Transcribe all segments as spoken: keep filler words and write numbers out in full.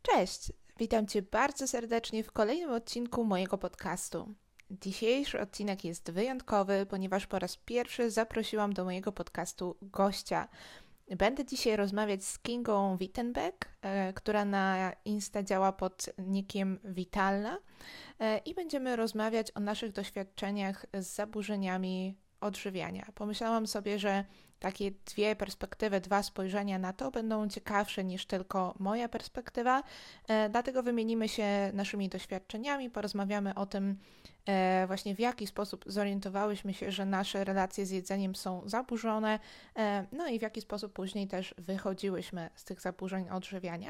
Cześć, witam Cię bardzo serdecznie w kolejnym odcinku mojego podcastu. Dzisiejszy odcinek jest wyjątkowy, ponieważ po raz pierwszy zaprosiłam do mojego podcastu gościa. Będę dzisiaj rozmawiać z Kingą Wittenbeck, e, która na Insta działa pod nickiem Witalna e, i będziemy rozmawiać o naszych doświadczeniach z zaburzeniami odżywiania. Pomyślałam sobie, że takie dwie perspektywy, dwa spojrzenia na to będą ciekawsze niż tylko moja perspektywa, e, dlatego wymienimy się naszymi doświadczeniami, porozmawiamy o tym e, właśnie w jaki sposób zorientowałyśmy się, że nasze relacje z jedzeniem są zaburzone, e, no i w jaki sposób później też wychodziłyśmy z tych zaburzeń odżywiania.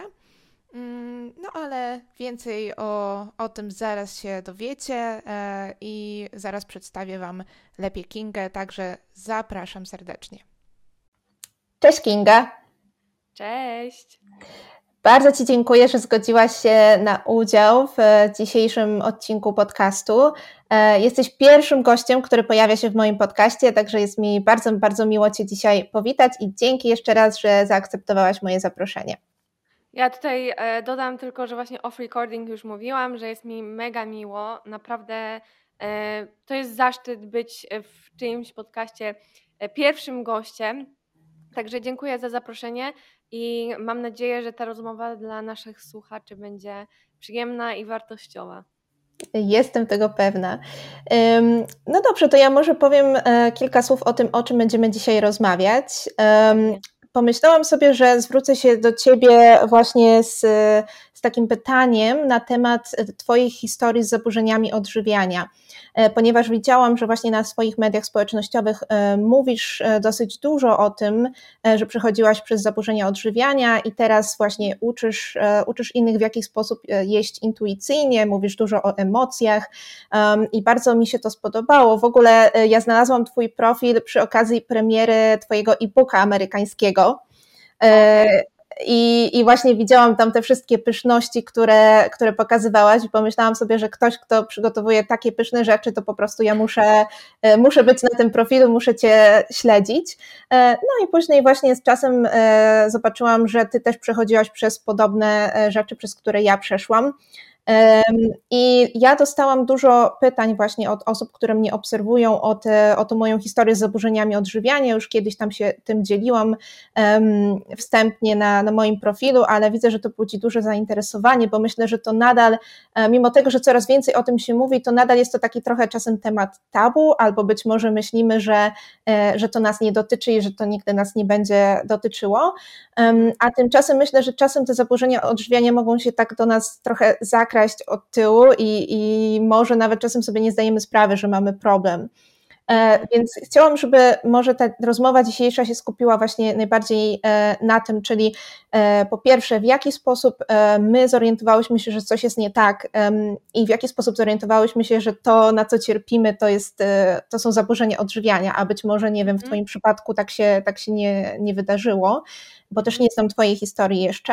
Mm, No ale więcej o, o tym zaraz się dowiecie e, i zaraz przedstawię Wam lepiej Kingę, także zapraszam serdecznie. Cześć Kinga. Cześć. Bardzo Ci dziękuję, że zgodziłaś się na udział w dzisiejszym odcinku podcastu. Jesteś pierwszym gościem, który pojawia się w moim podcaście, także jest mi bardzo, bardzo miło Cię dzisiaj powitać i dzięki jeszcze raz, że zaakceptowałaś moje zaproszenie. Ja tutaj dodam tylko, że właśnie off recording już mówiłam, że jest mi mega miło, naprawdę to jest zaszczyt być w czyimś podcaście pierwszym gościem, także dziękuję za zaproszenie i mam nadzieję, że ta rozmowa dla naszych słuchaczy będzie przyjemna i wartościowa. Jestem tego pewna. No dobrze, to ja może powiem kilka słów o tym, o czym będziemy dzisiaj rozmawiać. Pomyślałam sobie, że zwrócę się do Ciebie właśnie z, z takim pytaniem na temat Twojej historii z zaburzeniami odżywiania, ponieważ widziałam, że właśnie na swoich mediach społecznościowych mówisz dosyć dużo o tym, że przechodziłaś przez zaburzenia odżywiania i teraz właśnie uczysz, uczysz innych, w jaki sposób jeść intuicyjnie, mówisz dużo o emocjach i bardzo mi się to spodobało. W ogóle ja znalazłam Twój profil przy okazji premiery Twojego e-booka amerykańskiego. I, I właśnie widziałam tam te wszystkie pyszności, które, które pokazywałaś i pomyślałam sobie, że ktoś, kto przygotowuje takie pyszne rzeczy, to po prostu ja muszę, muszę być na tym profilu, muszę Cię śledzić. No i później właśnie z czasem zobaczyłam, że Ty też przechodziłaś przez podobne rzeczy, przez które ja przeszłam. I ja dostałam dużo pytań właśnie od osób, które mnie obserwują o, te, o tą moją historię z zaburzeniami odżywiania. Już kiedyś tam się tym dzieliłam um, wstępnie na, na moim profilu, ale widzę, że to budzi duże zainteresowanie, bo myślę, że to nadal, mimo tego, że coraz więcej o tym się mówi, to nadal jest to taki trochę czasem temat tabu, albo być może myślimy, że, że to nas nie dotyczy i że to nigdy nas nie będzie dotyczyło. Um, a tymczasem myślę, że czasem te zaburzenia odżywiania mogą się tak do nas trochę zakraść od tyłu i, i może nawet czasem sobie nie zdajemy sprawy, że mamy problem. E, więc chciałam, żeby może ta rozmowa dzisiejsza się skupiła właśnie najbardziej e, na tym, czyli e, po pierwsze, w jaki sposób e, my zorientowałyśmy się, że coś jest nie tak e, i w jaki sposób zorientowałyśmy się, że to, na co cierpimy, to, jest, e, to są zaburzenia odżywiania, a być może, nie wiem, w Twoim przypadku tak się, tak się nie, nie wydarzyło, bo też nie znam Twojej historii jeszcze.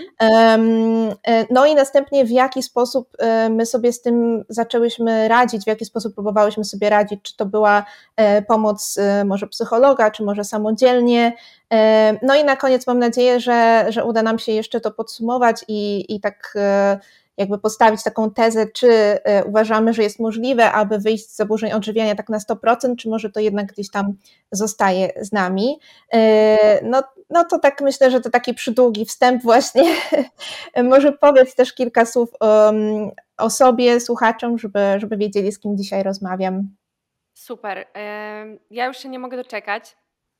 Mhm. No i następnie w jaki sposób my sobie z tym zaczęłyśmy radzić, w jaki sposób próbowałyśmy sobie radzić, czy to była pomoc może psychologa, czy może samodzielnie. No i na koniec mam nadzieję, że, że uda nam się jeszcze to podsumować i, i tak jakby postawić taką tezę, czy uważamy, że jest możliwe, aby wyjść z zaburzeń odżywiania tak na sto procent, czy może to jednak gdzieś tam zostaje z nami. No, no to tak myślę, że to taki przydługi wstęp właśnie. Może powiedz też kilka słów o, o sobie słuchaczom, żeby, żeby wiedzieli, z kim dzisiaj rozmawiam. Super. Ja już się nie mogę doczekać.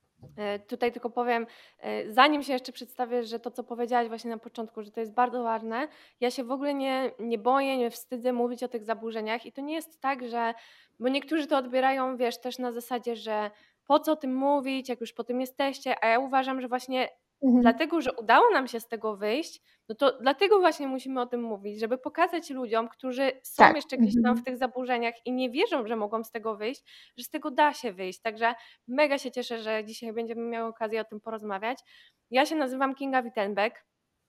Tutaj tylko powiem, zanim się jeszcze przedstawię, że to, co powiedziałaś właśnie na początku, że to jest bardzo ważne, ja się w ogóle nie, nie boję, nie wstydzę mówić o tych zaburzeniach i to nie jest tak, że, bo niektórzy to odbierają, wiesz, też na zasadzie, że po co o tym mówić, jak już po tym jesteście, a ja uważam, że właśnie mhm. dlatego, że udało nam się z tego wyjść, no to dlatego właśnie musimy o tym mówić, żeby pokazać ludziom, którzy są tak. jeszcze gdzieś tam w tych zaburzeniach i nie wierzą, że mogą z tego wyjść, że z tego da się wyjść. Także mega się cieszę, że dzisiaj będziemy miały okazję o tym porozmawiać. Ja się nazywam Kinga Wittenbeck.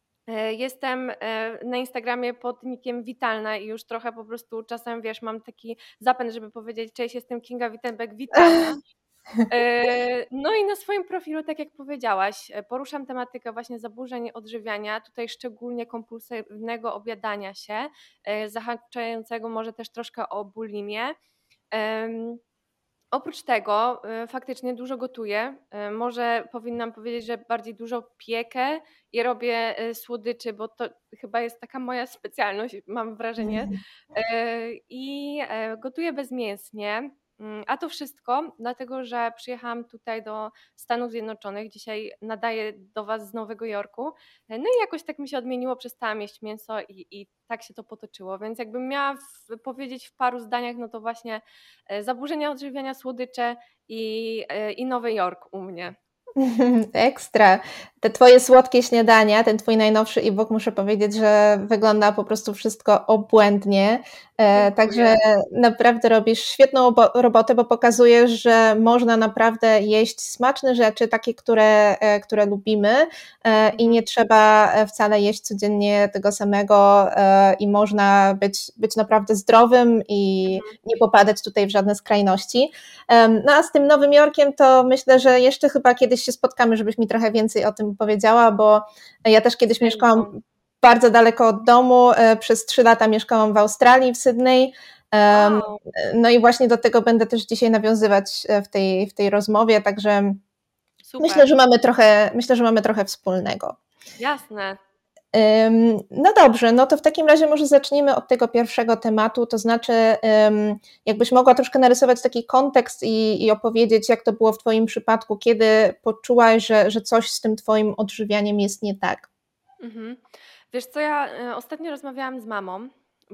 Jestem na Instagramie pod nickiem Witalna i już trochę po prostu czasem, wiesz, mam taki zapęd, żeby powiedzieć: cześć, jestem Kinga Wittenbeck Witalna. E, No i na swoim profilu, tak jak powiedziałaś, e, poruszam tematykę właśnie zaburzeń odżywiania, tutaj szczególnie kompulsywnego obiadania się, e, zahaczającego może też troszkę o bulimię. Em, Oprócz tego y, faktycznie dużo gotuję. Y, Może powinnam powiedzieć, że bardziej dużo piekę i robię y, słodyczy, bo to chyba jest taka moja specjalność, mam wrażenie. Y, I e, gotuję bezmięsnie. Mm, A to wszystko dlatego, że przyjechałam tutaj do Stanów Zjednoczonych. Dzisiaj nadaję do Was z Nowego Jorku. E, No i jakoś tak mi się odmieniło, przestałam jeść mięso i, i tak się to potoczyło. Więc jakbym miała w, powiedzieć w paru zdaniach, no to właśnie e, zaburzenia odżywiania, słodycze i, e, i Nowy Jork u mnie. Ekstra. Te twoje słodkie śniadania, ten twój najnowszy e-book, muszę powiedzieć, że wygląda po prostu wszystko obłędnie. E, Także naprawdę robisz świetną obo- robotę, bo pokazujesz, że można naprawdę jeść smaczne rzeczy, takie, które, e, które lubimy e, i nie trzeba e, wcale jeść codziennie tego samego e, i można być, być naprawdę zdrowym i nie popadać tutaj w żadne skrajności. Em, No a z tym Nowym Jorkiem to myślę, że jeszcze chyba kiedyś się spotkamy, żebyś mi trochę więcej o tym powiedziała, bo ja też kiedyś mieszkałam bardzo daleko od domu, e, przez trzy lata mieszkałam w Australii, w Sydney. Em, Wow, No i właśnie do tego będę też dzisiaj nawiązywać e, w tej, w tej rozmowie, także myślę, super, że mamy trochę, myślę, że mamy trochę wspólnego. jasne. Ym, No dobrze, no to w takim razie może zacznijmy od tego pierwszego tematu, to znaczy ym, jakbyś mogła troszkę narysować taki kontekst i, i opowiedzieć, jak to było w twoim przypadku, kiedy poczułaś, że, że coś z tym twoim odżywianiem jest nie tak. Mhm. Wiesz co, ja e, ostatnio rozmawiałam z mamą,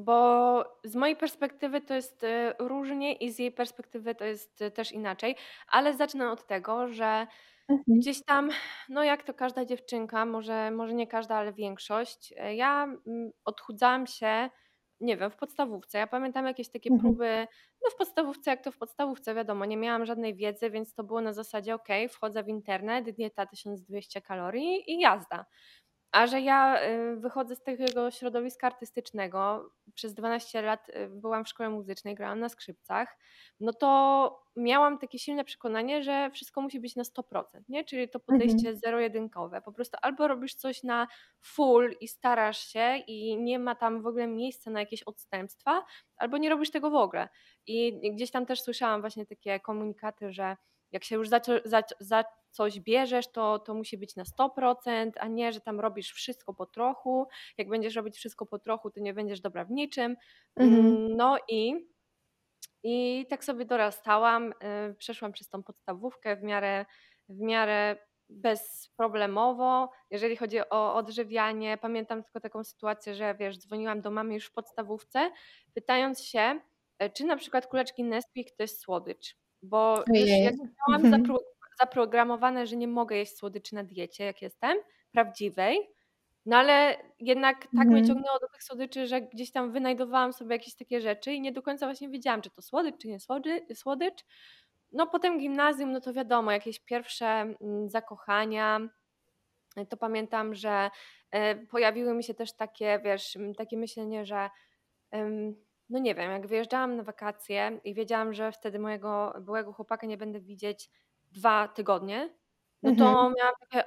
bo z mojej perspektywy to jest e, różnie i z jej perspektywy to jest e, też inaczej, ale zacznę od tego, że Mhm, gdzieś tam, no jak to każda dziewczynka, może, może nie każda, ale większość, e, ja mm, odchudzałam się, nie wiem, w podstawówce. Ja pamiętam jakieś takie mhm, próby, no w podstawówce, jak to w podstawówce, wiadomo, nie miałam żadnej wiedzy, więc to było na zasadzie, ok, wchodzę w internet, dieta tysiąc dwieście kalorii i jazda. A że ja y, wychodzę z takiego środowiska artystycznego, przez dwanaście lat y, byłam w szkole muzycznej, grałam na skrzypcach, no to miałam takie silne przekonanie, że wszystko musi być na sto procent, nie? Czyli to mhm, podejście zero-jedynkowe. Po prostu albo robisz coś na full i starasz się i nie ma tam w ogóle miejsca na jakieś odstępstwa, albo nie robisz tego w ogóle. I gdzieś tam też słyszałam właśnie takie komunikaty, że jak się już za, za, za coś bierzesz, to, to musi być na sto procent, a nie, że tam robisz wszystko po trochu. Jak będziesz robić wszystko po trochu, to nie będziesz dobra w niczym. mhm, Mm, No i, i tak sobie dorastałam, y, przeszłam przez tą podstawówkę w miarę, w miarę bezproblemowo, jeżeli chodzi o odżywianie. Pamiętam tylko taką sytuację, że wiesz, dzwoniłam do mamy już w podstawówce, pytając się, e, czy na przykład kuleczki Nesquik to jest słodycz. Bo już ojej, jak miałam mhm, zapro- zaprogramowane, że nie mogę jeść słodyczy na diecie, jak jestem, prawdziwej, no ale jednak tak mnie mhm. ciągnęło do tych słodyczy, że gdzieś tam wynajdowałam sobie jakieś takie rzeczy i nie do końca właśnie wiedziałam, czy to słodycz, czy nie słody, słodycz. No potem gimnazjum, no to wiadomo, jakieś pierwsze mm, zakochania. E, To pamiętam, że e, pojawiły mi się też takie, wiesz, m, takie myślenie, że em, no nie wiem, jak wyjeżdżałam na wakacje i wiedziałam, że wtedy mojego byłego chłopaka nie będę widzieć dwa tygodnie, no to Mhm. miałam takie,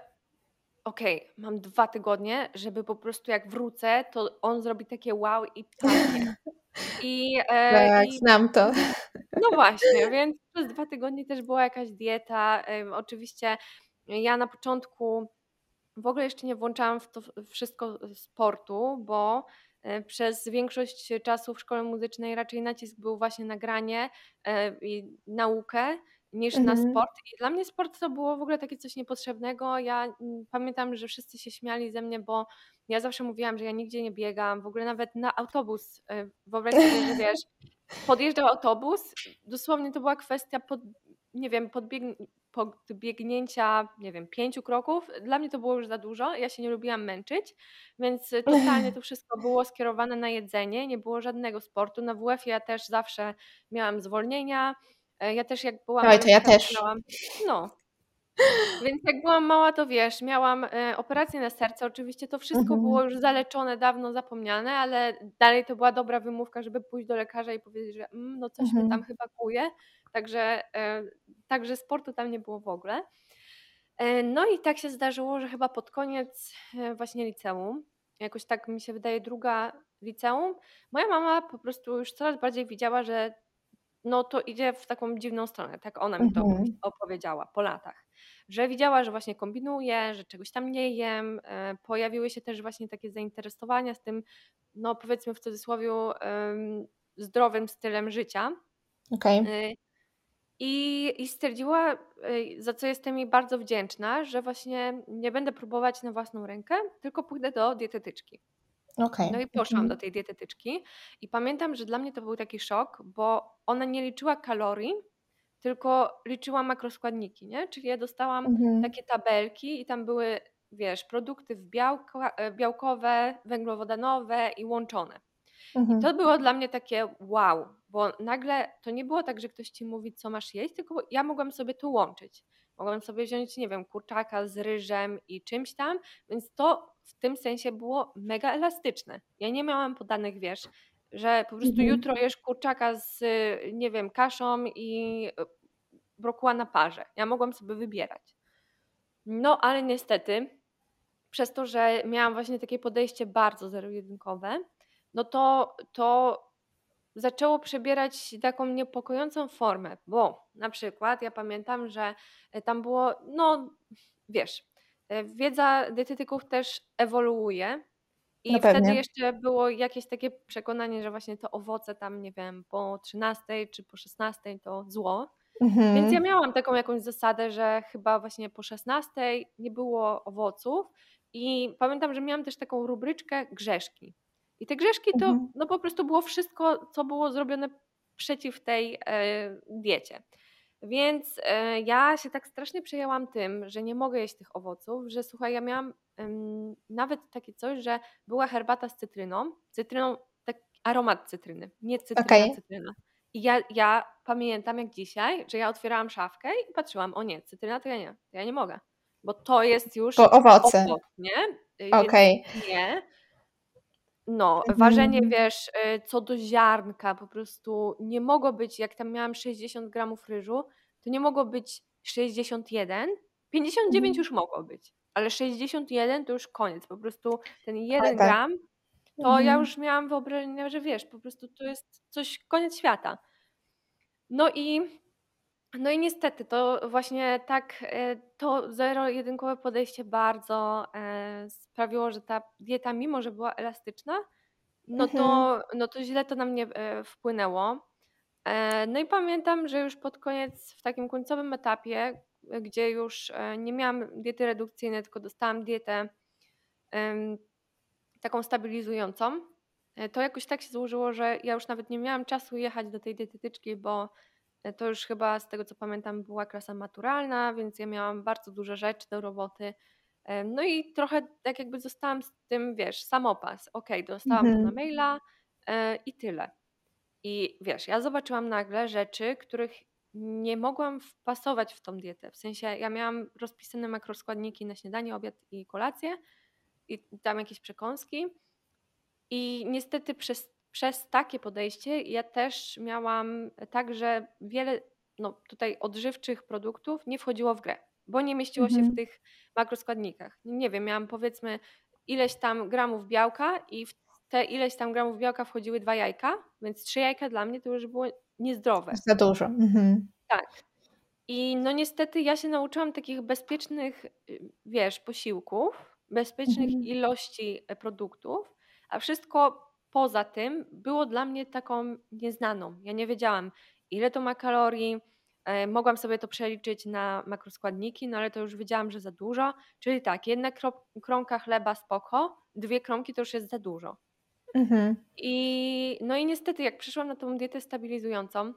okej, mam dwa tygodnie, żeby po prostu jak wrócę, to on zrobi takie wow i pachnie. I, e, Tak, i znam to. no właśnie, więc przez dwa tygodnie też była jakaś dieta. Em, oczywiście ja na początku w ogóle jeszcze nie włączałam w to wszystko sportu, bo e, przez większość czasu w szkole muzycznej raczej nacisk był właśnie na granie e, i naukę niż na Mhm. sport. I dla mnie sport to było w ogóle takie coś niepotrzebnego. Ja mm, pamiętam, że wszyscy się śmiali ze mnie, bo ja zawsze mówiłam, że ja nigdzie nie biegam, w ogóle nawet na autobus. e, Wyobraź sobie, że wiesz, podjeżdżał autobus, dosłownie to była kwestia pod, nie wiem, podbieg, podbiegnięcia, nie wiem, pięciu kroków. Dla mnie to było już za dużo, ja się nie lubiłam męczyć, więc y, totalnie to wszystko było skierowane na jedzenie, nie było żadnego sportu. Na W F-ie ja też zawsze miałam zwolnienia, e, ja też jak byłam Oj, to ja malutka, to też. miałam, no, więc jak byłam mała, to wiesz, miałam e, operację na serce. Oczywiście to wszystko było Mhm. już zaleczone, dawno zapomniane, ale dalej to była dobra wymówka, żeby pójść do lekarza i powiedzieć, że mm, no coś mnie tam Mhm. chyba kuje. Także e, także sportu tam nie było w ogóle. E, No i tak się zdarzyło, że chyba pod koniec e, właśnie liceum, jakoś tak mi się wydaje druga liceum, moja mama po prostu już coraz bardziej widziała, że no to idzie w taką dziwną stronę, tak ona mi to opowi- Mhm. opowiedziała po latach, że widziała, że właśnie kombinuję, że czegoś tam nie jem, e, pojawiły się też właśnie takie zainteresowania z tym, no powiedzmy w cudzysłowie, em, zdrowym stylem życia. Okej. Y, I, I stwierdziła, y, za co jestem jej bardzo wdzięczna, że właśnie nie będę próbować na własną rękę, tylko pójdę do dietetyczki. Okej. No i poszłam do Mhm. tej dietetyczki i pamiętam, że dla mnie to był taki szok, bo ona nie liczyła kalorii, tylko liczyła makroskładniki, nie? Czyli ja dostałam Mhm. takie tabelki i tam były, wiesz, produkty w białka, e, białkowe, węglowodanowe i łączone. I Mhm. to było dla mnie takie wow, bo nagle to nie było tak, że ktoś ci mówi, co masz jeść, tylko ja mogłam sobie to łączyć. Mogłam sobie wziąć, nie wiem, kurczaka z ryżem i czymś tam, więc to w tym sensie było mega elastyczne. Ja nie miałam podanych, wiesz, że po prostu Mhm. jutro jesz kurczaka z, y, nie wiem, kaszą i y, brokuła na parze. Ja mogłam sobie wybierać. No, ale niestety, przez to, że miałam właśnie takie podejście bardzo zero-jedynkowe, no to, to zaczęło przebierać taką niepokojącą formę, bo na przykład ja pamiętam, że e, tam było, no wiesz, e, wiedza dietetyków też ewoluuje No i wtedy pewnie. jeszcze było jakieś takie przekonanie, że właśnie to owoce tam, nie wiem, po trzynastej czy po szesnastej to zło. Więc ja Mhm. miałam taką jakąś zasadę, że chyba właśnie po szesnastej nie było owoców i pamiętam, że miałam też taką rubryczkę grzeszki. I te grzeszki to Mhm. no po prostu było wszystko, co było zrobione przeciw tej e, diecie. Więc e, ja się tak strasznie przejęłam tym, że nie mogę jeść tych owoców, że słuchaj, ja miałam em, nawet takie coś, że była herbata z cytryną, cytryną, tak aromat cytryny, nie cytryna, Okej. cytryna. I ja, ja pamiętam jak dzisiaj, że ja otwierałam szafkę i patrzyłam, o nie, cytryna to ja nie, to ja nie mogę, bo to jest już Bo owoce. owoc, nie? Y, Więc Okej. nie. No, ważenie, Mhm. wiesz, y, co do ziarnka, po prostu nie mogło być, jak tam miałam sześćdziesiąt gramów ryżu, to nie mogło być sześćdziesiąt jeden, pięćdziesiąt dziewięć Mhm. już mogło być, ale sześćdziesiąt jeden to już koniec, po prostu ten Ale jeden tak. gram, to ja Mhm. już miałam wyobrażenie, że wiesz, po prostu to jest coś, koniec świata. No i no i niestety to właśnie tak, e, to zero-jedynkowe podejście bardzo e, sprawiło, że ta dieta, mimo że była elastyczna, no Mhm. to, no to źle to na mnie e, wpłynęło. E, No i pamiętam, że już pod koniec, w takim końcowym etapie, e, gdzie już e, nie miałam diety redukcyjnej, tylko dostałam dietę em, taką stabilizującą, e, to jakoś tak się złożyło, że ja już nawet nie miałam czasu jechać do tej dietetyczki, bo e, to już chyba z tego co pamiętam była klasa maturalna, więc ja miałam bardzo dużo rzeczy do roboty. E, No i trochę tak jakby zostałam z tym, wiesz, samopas. Okej, dostałam to na Mhm. maila e, i tyle. I wiesz, ja zobaczyłam nagle rzeczy, których nie mogłam wpasować w tą dietę. W sensie ja miałam rozpisane makroskładniki na śniadanie, obiad i kolację i tam jakieś przekąski. I niestety przez, przez takie podejście ja też miałam tak, że wiele no, tutaj odżywczych produktów nie wchodziło w grę, bo nie mieściło się w Mhm. tych makroskładnikach. Nie wiem, miałam powiedzmy ileś tam gramów białka i w te ileś tam gramów białka wchodziły dwa jajka, więc trzy jajka dla mnie to już było niezdrowe. Za dużo. Mhm. Tak. I no niestety ja się nauczyłam takich bezpiecznych, y, wiesz, posiłków, bezpiecznych Mhm. ilości e, produktów, a wszystko poza tym było dla mnie taką nieznaną. Ja nie wiedziałam, ile to ma kalorii, e, mogłam sobie to przeliczyć na makroskładniki, no ale to już wiedziałam, że za dużo. Czyli tak, jedna krop, kromka chleba spoko, dwie kromki to już jest za dużo. Mhm. I no i niestety jak przyszłam na tą dietę stabilizującą,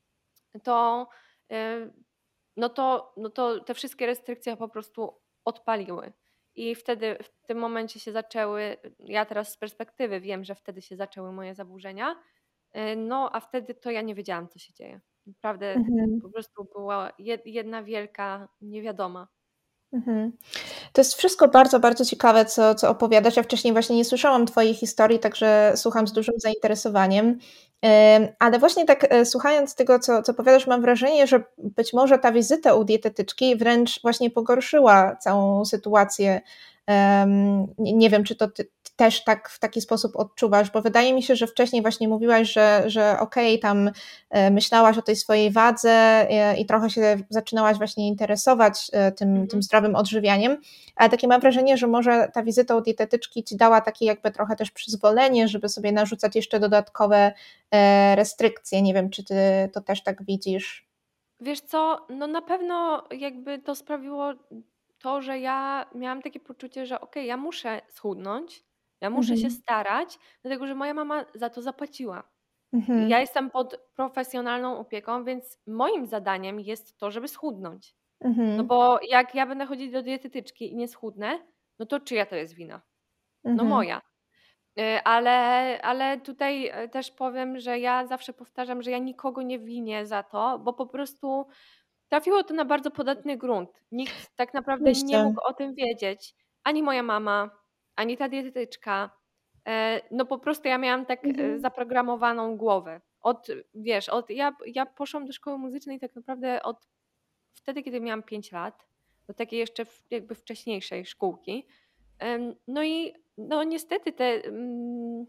to y, no to, no to te wszystkie restrykcje po prostu odpaliły. I wtedy w tym momencie się zaczęły, ja teraz z perspektywy wiem, że wtedy się zaczęły moje zaburzenia, y, no a wtedy to ja nie wiedziałam, co się dzieje. Naprawdę Mhm. po prostu była jed- jedna wielka niewiadoma. Mhm. To jest wszystko bardzo, bardzo ciekawe, co, co opowiadasz. Ja wcześniej właśnie nie słyszałam twojej historii, także słucham z dużym zainteresowaniem. Em, Ale właśnie tak e, słuchając tego, co, co opowiadasz, mam wrażenie, że być może ta wizyta u dietetyczki wręcz właśnie pogorszyła całą sytuację. Em, Nie nie wiem, czy to ty też tak w taki sposób odczuwasz, bo wydaje mi się, że wcześniej właśnie mówiłaś, że, że okej, tam e, myślałaś o tej swojej wadze e, i trochę się zaczynałaś właśnie interesować e, tym, tym Mhm. zdrowym odżywianiem, ale takie mam wrażenie, że może ta wizyta u dietetyczki ci dała takie jakby trochę też przyzwolenie, żeby sobie narzucać jeszcze dodatkowe e, restrykcje. Nie wiem, czy ty to też tak widzisz. Wiesz co, no na pewno jakby to sprawiło to, że ja miałam takie poczucie, że okej, ja muszę schudnąć, ja muszę się Mhm, starać, dlatego że moja mama za to zapłaciła. Ja mhm, jestem pod profesjonalną opieką, więc moim zadaniem jest to, żeby schudnąć. No mhm, bo jak ja będę chodzić do dietetyczki i nie schudnę, no to czyja to jest wina? No mhm, moja. Y, ale ale tutaj, e, też powiem, że ja zawsze powtarzam, że ja nikogo nie winię za to, bo po prostu trafiło to na bardzo podatny grunt. Nikt tak naprawdę nie oczywiście. mógł o tym wiedzieć. Ani moja mama, ani ta dietetyczka. E, no po prostu ja miałam tak, e, Mhm, zaprogramowaną głowę. Od wiesz, od ja ja poszłam do szkoły muzycznej tak naprawdę od wtedy, kiedy miałam pięć lat, do takiej jeszcze w jakby wcześniejszej szkółki. Em, no i no niestety te, mm,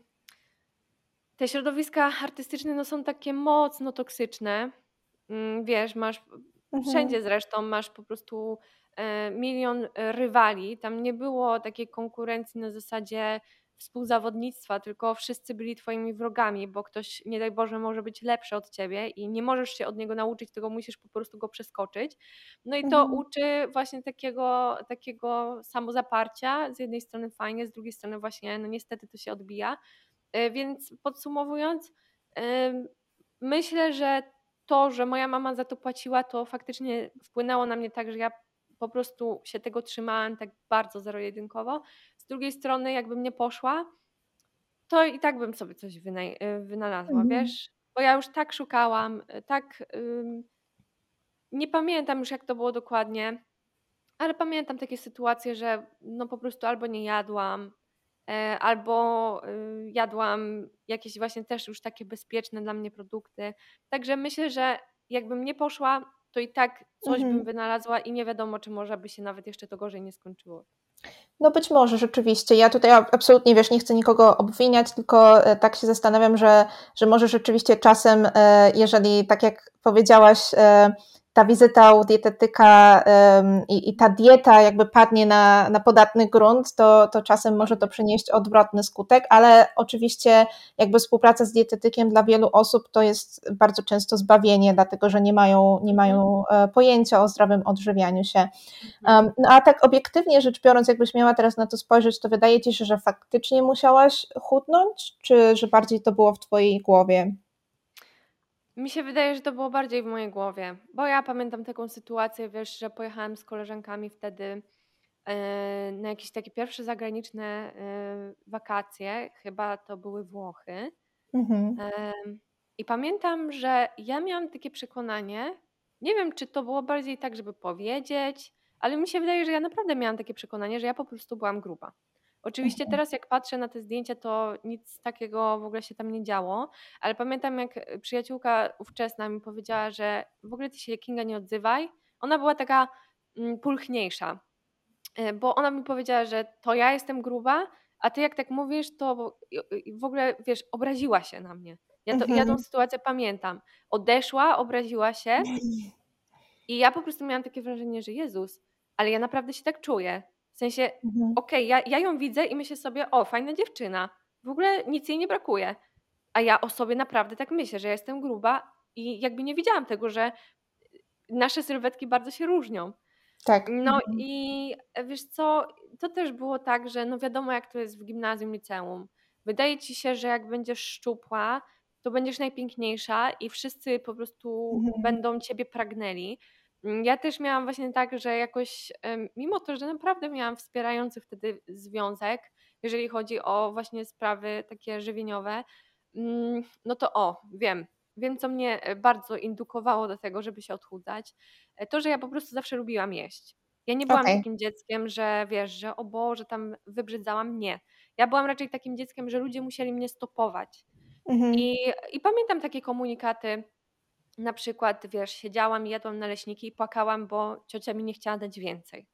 te środowiska artystyczne, no, są takie mocno toksyczne. Mm, wiesz, masz mhm, wszędzie zresztą masz po prostu, e, milion, e, rywali. Tam nie było takiej konkurencji na zasadzie współzawodnictwa, tylko wszyscy byli twoimi wrogami, bo ktoś, nie daj Boże, może być lepszy od ciebie i nie możesz się od niego nauczyć, tylko musisz po prostu go przeskoczyć. No i to mhm, uczy właśnie takiego takiego samozaparcia. Z jednej strony fajnie, z drugiej strony właśnie, no niestety to się odbija. E, więc podsumowując, ym, myślę, że to, że moja mama za to płaciła, to faktycznie wpłynęło na mnie tak, że ja po prostu się tego trzymałam tak bardzo zero-jedynkowo. Z drugiej strony, jakbym nie poszła, to i tak bym sobie coś wynaj y, wynalazła, mhm. wiesz? Bo ja już tak szukałam, y, tak, ym, nie pamiętam już, jak to było dokładnie, ale pamiętam takie sytuacje, że no po prostu albo nie jadłam, e, albo y, jadłam jakieś właśnie też już takie bezpieczne dla mnie produkty. Także myślę, że jakbym nie poszła, to i tak coś bym Mhm. wynalazła i nie wiadomo, czy może by się nawet jeszcze to gorzej nie skończyło. No być może rzeczywiście. Ja tutaj a absolutnie, wiesz, nie chcę nikogo obwiniać, tylko e, tak się zastanawiam, że, że może rzeczywiście czasem, e, jeżeli tak jak powiedziałaś, e, ta wizyta u dietetyka em, i, i ta dieta jakby padnie na, na podatny grunt, to, to czasem może to Dokładnie. przynieść odwrotny skutek, ale oczywiście jakby współpraca z dietetykiem dla wielu osób to jest bardzo często zbawienie, dlatego że nie mają, nie Mhm, mają e, pojęcia o zdrowym odżywianiu się. mhm. Um, no a tak obiektywnie rzecz biorąc, jakbyś miała teraz na to spojrzeć, to wydaje ci się, że faktycznie musiałaś chudnąć, czy że bardziej to było w twojej głowie? Mi się wydaje, że to było bardziej w mojej głowie, bo ja pamiętam taką sytuację, wiesz, że pojechałam z koleżankami wtedy e, na jakieś takie pierwsze zagraniczne e, wakacje, chyba to były Włochy. Mhm, Em, I pamiętam, że ja miałam takie przekonanie, nie wiem, czy to było bardziej tak, żeby powiedzieć, ale mi się wydaje, że ja naprawdę miałam takie przekonanie, że ja po prostu byłam gruba. Oczywiście mhm, teraz jak patrzę na te zdjęcia, to nic takiego w ogóle się tam nie działo, ale pamiętam jak e, przyjaciółka ówczesna mi powiedziała, że w ogóle ty się, Kinga, nie odzywaj. Ona była taka mm, pulchniejsza. E, bo ona mi powiedziała, że to ja jestem gruba, a ty jak tak mówisz, to i- i w ogóle, wiesz, obraziła się na mnie. Ja, to, ja tą mhm, sytuację pamiętam. Odeszła, obraziła się i ja po prostu miałam takie wrażenie, że Jezus, ale ja naprawdę się tak czuję. W sensie, mhm, okej, ja, ja ją widzę i myślę sobie, o, fajna dziewczyna, w ogóle nic jej nie brakuje. A ja o sobie naprawdę tak myślę, że ja jestem gruba i jakby nie widziałam tego, że nasze sylwetki bardzo się różnią. tak. No Mhm, i e, wiesz co, to też było tak, że no wiadomo jak to jest w gimnazjum, liceum. Wydaje ci się, że jak będziesz szczupła, to będziesz najpiękniejsza i wszyscy po prostu mhm, będą ciebie pragnęli. Mm, Ja też miałam właśnie tak, że jakoś, em, mimo to, że naprawdę miałam wspierający wtedy związek, jeżeli chodzi o właśnie sprawy takie żywieniowe, mm, no to o, wiem, wiem co mnie e, bardzo indukowało do tego, żeby się odchudzać. E, To, że ja po prostu zawsze lubiłam jeść. Ja nie byłam Okej. takim dzieckiem, że wiesz, że o Boże, tam wybrzydzałam. Nie. Ja byłam raczej takim dzieckiem, że ludzie musieli mnie stopować. Mhm. I, i pamiętam takie komunikaty, na przykład, wiesz, siedziałam i jadłam naleśniki i płakałam, bo ciocia mi nie chciała dać więcej.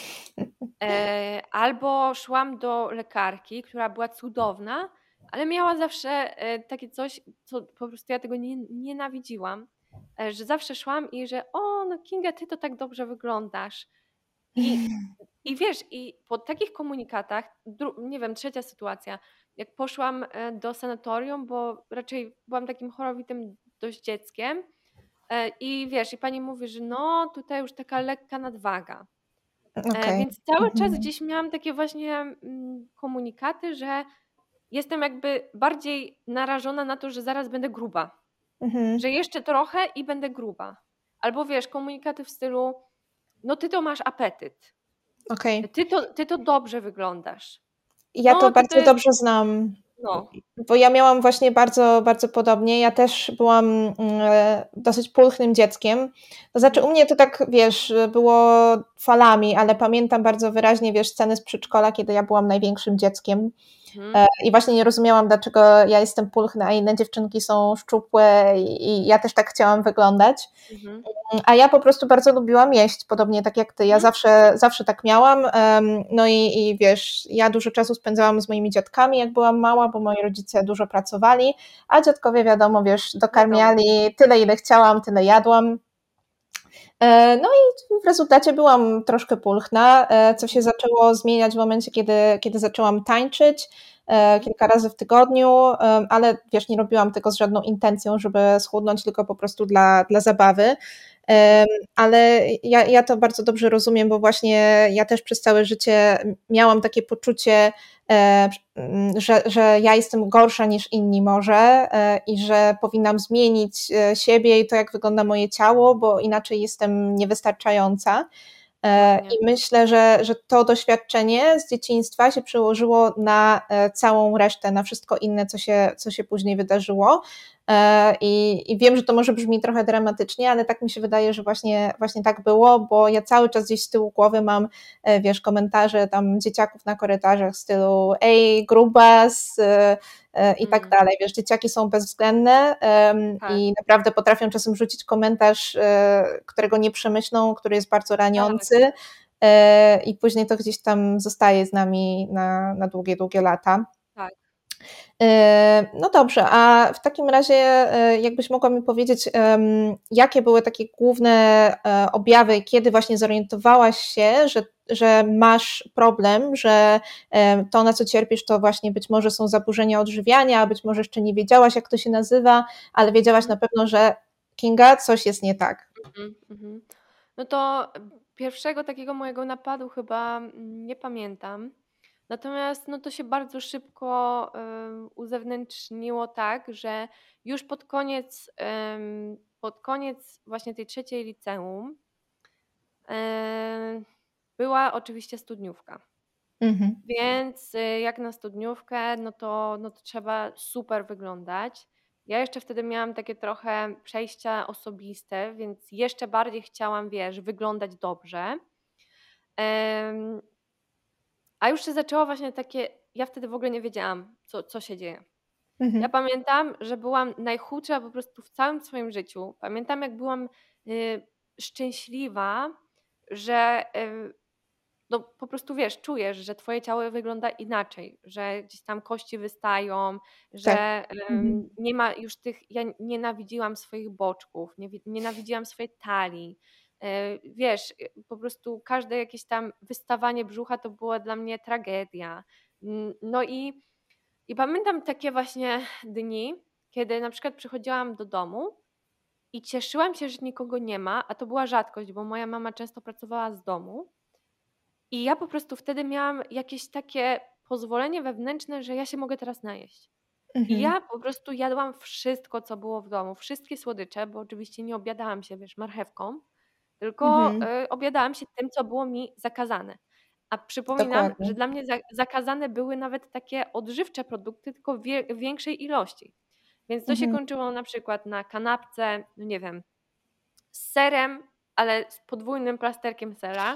E, albo szłam do lekarki, która była cudowna, ale miała zawsze e, takie coś, co po prostu ja tego nie, nienawidziłam, e, że zawsze szłam i że o, no Kinga, ty to tak dobrze wyglądasz. I, i wiesz, i po takich komunikatach, dru- nie wiem, trzecia sytuacja, jak poszłam e, do sanatorium, bo raczej byłam takim chorowitym dość dzieckiem, e, i wiesz, i pani mówi, że no tutaj już taka lekka nadwaga. E, Okej. Więc cały czas Mhm. gdzieś miałam takie właśnie mm, komunikaty, że jestem jakby bardziej narażona na to, że zaraz będę gruba. Mhm. Że jeszcze trochę i będę gruba. Albo wiesz, komunikaty w stylu, no ty to masz apetyt. Okej. Ty to, ty to dobrze wyglądasz. Ja to No ty to bardzo jest, dobrze znam, no. bo ja miałam właśnie bardzo, bardzo podobnie. Ja też byłam mm, e, dosyć pulchnym dzieckiem. To znaczy u Mhm. mnie to tak, wiesz, było falami, ale pamiętam bardzo wyraźnie, wiesz, sceny z przedszkola, kiedy ja byłam największym dzieckiem. Mhm. I właśnie nie rozumiałam, dlaczego ja jestem pulchna, a inne dziewczynki są szczupłe i, i ja też tak chciałam wyglądać. Mhm. A ja po prostu bardzo lubiłam jeść, podobnie tak jak ty. Ja Mhm. zawsze, zawsze tak miałam. No i, i wiesz, ja dużo czasu spędzałam z moimi dziadkami, jak byłam mała, bo moi rodzice dużo pracowali, a dziadkowie, wiadomo, wiesz, Wiadomo. dokarmiali tyle, ile chciałam, tyle jadłam. No i w rezultacie byłam troszkę pulchna, co się zaczęło zmieniać w momencie, kiedy, kiedy zaczęłam tańczyć kilka razy w tygodniu, ale wiesz, nie robiłam tego z żadną intencją, żeby schudnąć, tylko po prostu dla, dla zabawy. Ale ja, ja to bardzo dobrze rozumiem, bo właśnie ja też przez całe życie miałam takie poczucie, że, że ja jestem gorsza niż inni może i że powinnam zmienić siebie i to, jak wygląda moje ciało, bo inaczej jestem niewystarczająca. Dokładnie. I myślę, że, że to doświadczenie z dzieciństwa się przełożyło na całą resztę, na wszystko inne, co się, co się później wydarzyło. I, I wiem, że to może brzmi trochę dramatycznie, ale tak mi się wydaje, że właśnie, właśnie tak było, bo ja cały czas gdzieś z tyłu głowy mam, wiesz, komentarze tam dzieciaków na korytarzach w stylu ej, grubas i tak Mm. dalej. Wiesz, dzieciaki są bezwzględne Tak. i naprawdę potrafią czasem rzucić komentarz, którego nie przemyślą, który jest bardzo raniący i później to gdzieś tam zostaje z nami na, na długie, długie lata. Tak. No dobrze, a w takim razie jakbyś mogła mi powiedzieć, jakie były takie główne objawy, kiedy właśnie zorientowałaś się, że, że masz problem, że to, na co cierpisz, to właśnie być może są zaburzenia odżywiania, a być może jeszcze nie wiedziałaś, jak to się nazywa, ale wiedziałaś na pewno, że Kinga, coś jest nie tak. Mhm, mhm. No to pierwszego takiego mojego napadu chyba mm, nie pamiętam. Natomiast no to się bardzo szybko em, uzewnętrzniło tak, że już pod koniec, em, pod koniec właśnie tej trzeciej liceum em, była oczywiście studniówka. Mhm. Więc y, jak na studniówkę, no to, no to trzeba super wyglądać. Ja jeszcze wtedy miałam takie trochę przejścia osobiste, więc jeszcze bardziej chciałam, wiesz, wyglądać dobrze. Em, a już się zaczęło właśnie takie, ja wtedy w ogóle nie wiedziałam, co, co się dzieje. Ja Mhm. pamiętam, że byłam najchudsza po prostu w całym swoim życiu. Pamiętam, jak byłam y, szczęśliwa, że y, no po prostu wiesz, czujesz, że twoje ciało wygląda inaczej, że gdzieś tam kości wystają, że Tak. em, nie ma już tych, ja nienawidziłam swoich boczków, nie, nienawidziłam swojej talii. E, Wiesz, e, po prostu każde jakieś tam wystawanie brzucha to była dla mnie tragedia. N- No i, i pamiętam takie właśnie dni, kiedy na przykład przychodziłam do domu i cieszyłam się, że nikogo nie ma, a to była rzadkość, bo moja mama często pracowała z domu. I ja po prostu wtedy miałam jakieś takie pozwolenie wewnętrzne, że ja się mogę teraz najeść. I Mhm. ja po prostu jadłam wszystko, co było w domu, wszystkie słodycze, bo oczywiście nie obiadałam się, wiesz, marchewką, tylko Mhm. y, obiadałam się tym, co było mi zakazane. A przypominam, że Dokładnie. dla mnie za, zakazane były nawet takie odżywcze produkty, tylko w wie, większej ilości. Więc to się Mhm. kończyło na przykład na kanapce, no nie wiem, z serem, ale z podwójnym plasterkiem sera,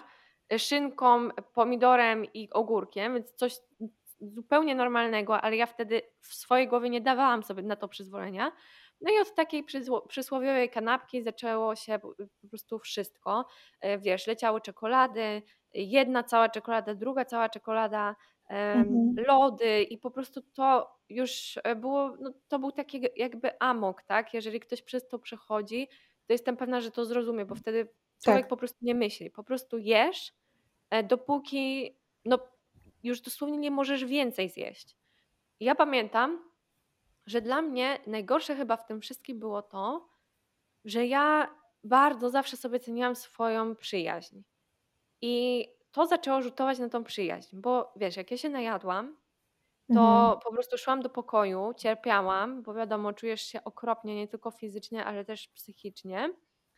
szynką, pomidorem i ogórkiem, więc coś zupełnie normalnego, ale ja wtedy w swojej głowie nie dawałam sobie na to przyzwolenia. No i od takiej przysłowiowej kanapki zaczęło się po prostu wszystko. Wiesz, leciały czekolady, jedna cała czekolada, druga cała czekolada, Mhm. lody i po prostu to już było, no to był taki jakby amok, tak? Jeżeli ktoś przez to przechodzi, to jestem pewna, że to zrozumie, bo wtedy człowiek Tak. po prostu nie myśli, po prostu jesz, dopóki no już dosłownie nie możesz więcej zjeść. I ja pamiętam, że dla mnie najgorsze chyba w tym wszystkim było to, że ja bardzo zawsze sobie ceniłam swoją przyjaźń. I to zaczęło rzutować na tą przyjaźń, bo wiesz, jak ja się najadłam, to Mhm. po prostu szłam do pokoju, cierpiałam, bo wiadomo, czujesz się okropnie, nie tylko fizycznie, ale też psychicznie.